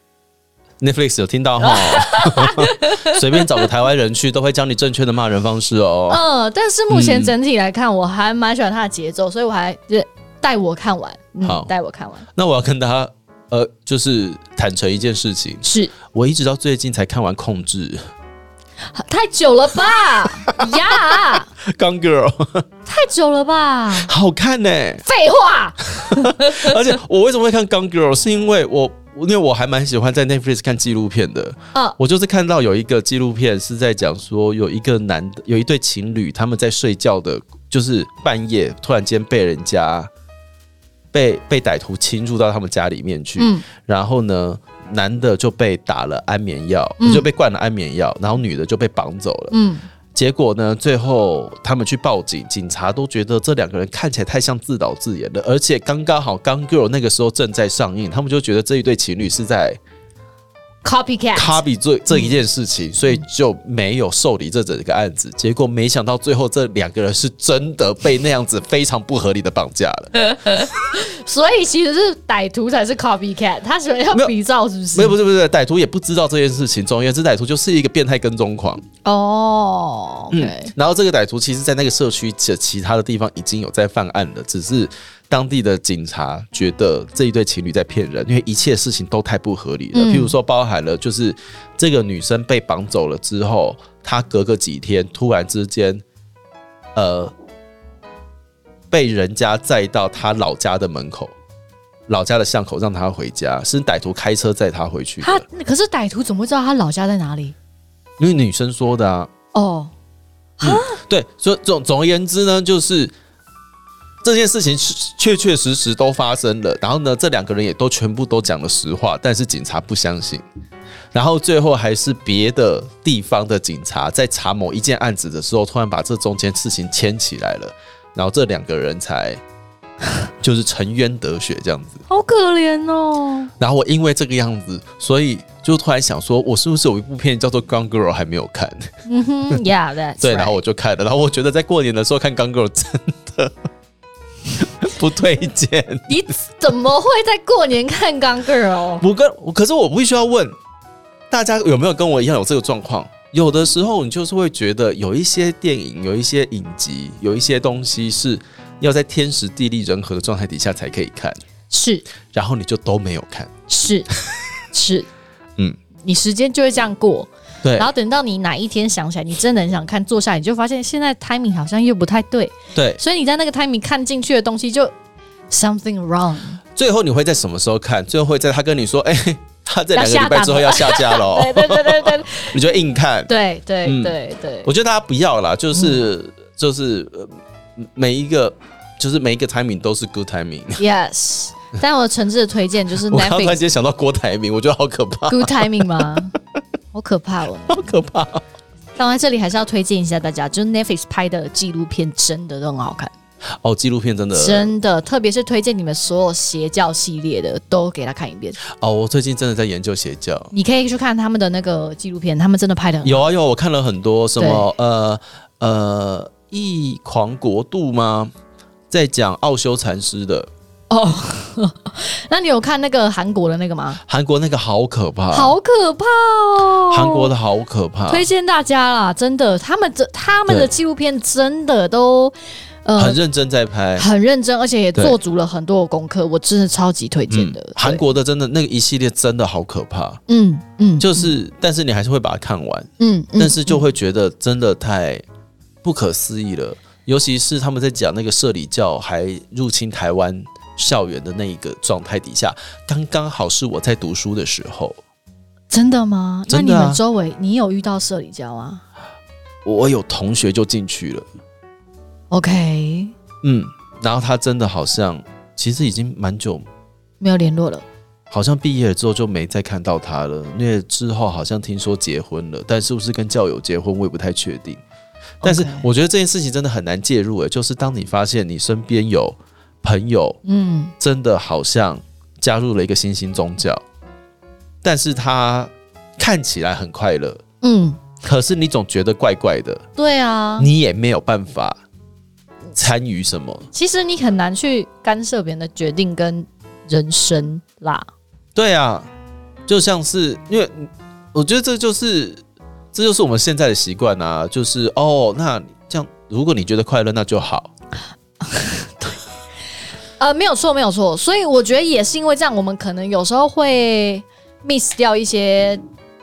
Netflix 有听到哈，随便找个台湾人去，都会教你正确的骂人方式哦。 嗯，但是目前整体来看，嗯、我还蛮喜欢他的节奏，所以我还带我看完。嗯、好，带我看完。 那我要跟大家呃，就是坦诚一件事情，是我一直到最近才看完《控制》。 太久了吧呀 ！Gone Girl 太久了吧？ 好看呢、欸。 废话。 而且我为什么会看 Gone Girl， 是因为我因为我还蛮喜欢在 Netflix 看纪录片的。嗯，我就是看到有一个纪录片是在讲说，有一个男的，有一对情侣，他们在睡觉的，就是半夜突然间被人家被被歹徒侵入到他们家里面去，嗯、然后呢？男的就被打了安眠药，嗯、就被灌了安眠药，然后女的就被绑走了。嗯，结果呢，最后他们去报警，警察都觉得这两个人看起来太像自导自演了，而且刚刚好《Gone Girl》那个时候正在上映，他们就觉得这一对情侣是在 copycat copy 这这一件事情，嗯、所以就没有受理这整个案子。结果没想到最后这两个人是真的被那样子非常不合理的绑架了。 所以其实是歹徒才是 copycat， 他喜欢要比照是不是？ 没有，不是不是，歹徒也不知道这件事情。总而言之，歹徒就是一个变态跟踪狂。 哦、oh, ，OK、 嗯。然后这个歹徒其实在那个社区的其他的地方已经有在犯案了，只是当地的警察觉得这一对情侣在骗人，因为一切事情都太不合理了。嗯、譬如说，包含了就是这个女生被绑走了之后，她隔个几天突然之间，呃。被人家载到他老家的门口，老家的巷口，让他回家，是歹徒开车载他回去的。 他可是歹徒怎么会知道他老家在哪里？ 因为女生说的啊。哦，嗯、对，所以总总而言之呢，就是这件事情确确实实都发生了。然后呢，这两个人也都全部都讲了实话，但是警察不相信。然后最后还是别的地方的警察在查某一件案子的时候，突然把这中间事情牵起来了。然后这两个人才就是沉冤得雪这样子， 好可怜哦。 然后我因为这个样子，所以就突然想说，我是不是有一部片叫做《Gone Girl》还没有看？ 嗯哼 ，Yeah， that's 对， right. 然后我就看了。然后我觉得在过年的时候看《Gone Girl》真的不推荐。 你怎么会在过年看《Gone Girl》？ 不跟，可是我必须要问大家有没有跟我一样有这个状况？有的时候你就是会觉得有一些电影有一些影集有一些东西是要在天时地利人和的状态底下才可以看， 是， 然后你就都没有看， 是是， 嗯， 你时间就会这样过。 对， 然后等到你哪一天想起来，你真的很想看，坐下来你就发现现在 timing 好像又不太对， 对， 所以你在那个 timing 看进去的东西就 something wrong。 最后你会在什么时候看？最后会在他跟你说，哎、欸，他这两个礼拜之后要下架了， 对对对对对， 你就硬看， 对对对 对, 嗯、 对。 我觉得大家不要啦，就是、嗯、就是、呃、每一个就是每一个 timing 都是 good timing。Yes。 但我诚挚的推荐就是 Netflix。 我刚突然间想到郭台铭，我觉得好可怕。 Good timing 吗？好可怕哦， 好可怕、哦。 当然，这里还是要推荐一下大家，就是 Netflix 拍的纪录片真的都很好看。 哦，纪录片真的真的，特别是推荐你们所有邪教系列的，都给他看一遍。 哦，我最近真的在研究邪教， 你可以去看他们的那个纪录片，他们真的拍的很好。 有啊有，我看了很多什么呃呃异狂国度吗？在讲奥修禅师的。 哦，那你有看那个韩国的那个吗？ 韩国那个好可怕， 好可怕哦！ 韩国的好可怕， 推荐大家啦，真的，他们这他们的纪录片真的都呃很认真在拍， 很认真，而且也做足了很多的功课，我真的超级推荐的。 嗯、韩国的真的那个一系列真的好可怕， 嗯嗯，就是、 嗯，但是你还是会把它看完， 嗯， 但是就会觉得真的太不可思议了，尤其是他们在讲那个社里教还入侵台湾校园的那一个状态底下，刚刚好是我在读书的时候。 真的吗？ 真的啊、 那你们周围你有遇到社里教啊？ 我有同学就进去了。 OK， 嗯，然后他真的好像其实已经蛮久没有联络了， 好像毕业了之后就没再看到他了，因为之后好像听说结婚了，但是不是跟教友结婚我也不太确定。但是我觉得这件事情真的很难介入、欸，就是当你发现你身边有朋友，嗯，真的好像加入了一个新兴宗教，但是他看起来很快乐，嗯，可是你总觉得怪怪的， 对啊， 你也没有办法参与什么。 其实你很难去干涉别人的决定跟人生啦。 对啊，就像是因为我觉得这就是这就是我们现在的习惯啊，就是哦，那这样如果你觉得快乐，那就好。 呃，没有错，没有错。所以我觉得也是因为这样，我们可能有时候会 miss 掉一些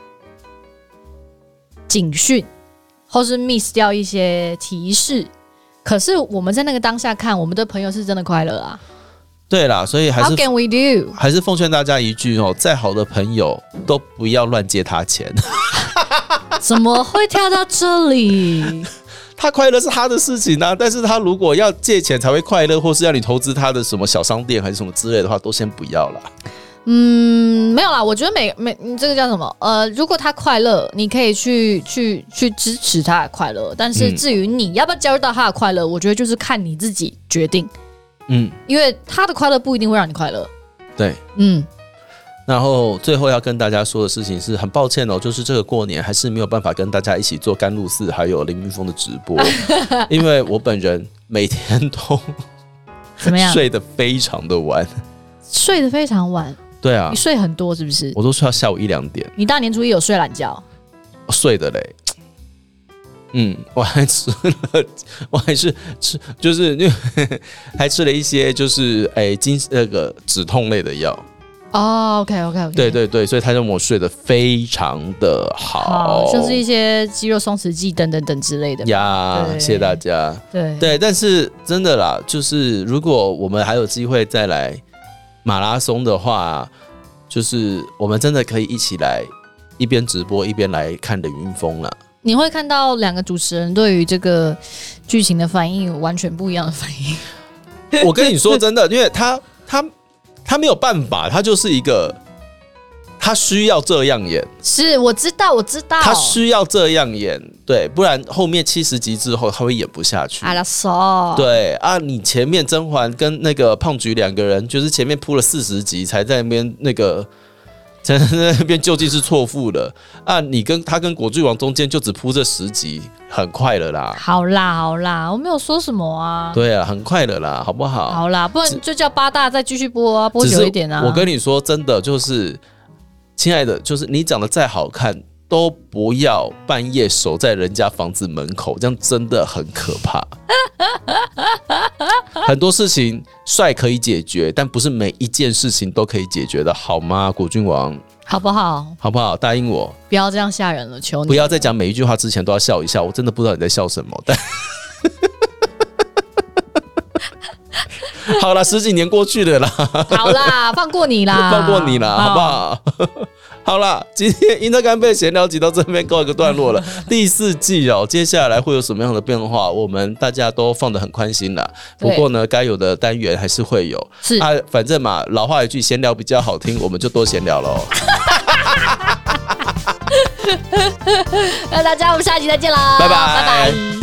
警讯，或是 miss 掉一些提示。可是我们在那个当下看，我们的朋友是真的快乐啊。 对啦，所以还是 How can we do？ 还是奉劝大家一句哦，再好的朋友都不要乱借他钱。 怎么会跳到这里？ 他快乐是他的事情啊，但是他如果要借钱才会快乐，或是要你投资他的什么小商店还是什么之类的话，都先不要啦。 嗯，没有啦，我觉得每每这个叫什么？呃，如果他快乐，你可以去去去支持他的快乐，但是至于你要不要加入到他的快乐，我觉得就是看你自己决定。嗯，因为他的快乐不一定会让你快乐。 对，嗯。然后最后要跟大家说的事情是很抱歉哦，就是这个过年还是没有办法跟大家一起做甘露寺还有凌云峰的直播，因为我本人每天都怎么样睡得非常的晚， 睡得非常晚。 对啊， 你睡很多是不是？ 我都睡到下午一两点。 你大年初一有睡懒觉？ 睡的嘞。嗯，我还吃了，我还是吃，就是还吃了一些就是哎精那个止痛类的药。 哦、oh, ，OK OK OK， 对对对，所以他让我睡得非常的好， 好，就是一些肌肉松弛剂等等等之类的呀。谢谢大家。 对对，但是真的啦，就是如果我们还有机会再来马拉松的话，就是我们真的可以一起来一边直播一边来看凌云峰啦。 你会看到两个主持人对于这个剧情的反应完全不一样的反应。 我跟你说真的，因为他他。他没有办法，他就是一个，他需要这样演。 是，我知道，我知道， 他需要这样演，对，不然后面七十集之后他会演不下去。 阿拉索， 对啊，你前面甄嬛跟那个胖菊两个人，就是前面铺了四十集才在那边那个。在那边究竟是错付了啊！你跟他跟果郡王中间就只铺这十集，很快了啦。 好啦好啦，我没有说什么啊。 对啊，很快了啦，好不好？ 好啦，不然就叫八大再继续播啊，播久一点啊。 我跟你说，真的就是，亲爱的，就是你长得再好看，都不要半夜守在人家房子门口，这样真的很可怕。 很多事情帅可以解决，但不是每一件事情都可以解决的，好吗？果郡王， 好不好？ 好不好？答应我， 不要这样吓人了，求你！ 不要在讲每一句话之前都要笑一下，我真的不知道你在笑什么。但好啦，十几年过去了啦， 好啦，放过你啦， 放过你啦，好不好？好啦，今天英特干杯闲聊集到这边告一个段落了。第四季哦，接下来会有什么样的变化？我们大家都放得很宽心啦。不过呢，该有的单元还是会有。 是啊，反正嘛，老话一句，闲聊比较好听，我们就多闲聊喽。 那大家我们下期再见啦， 拜拜， 拜拜。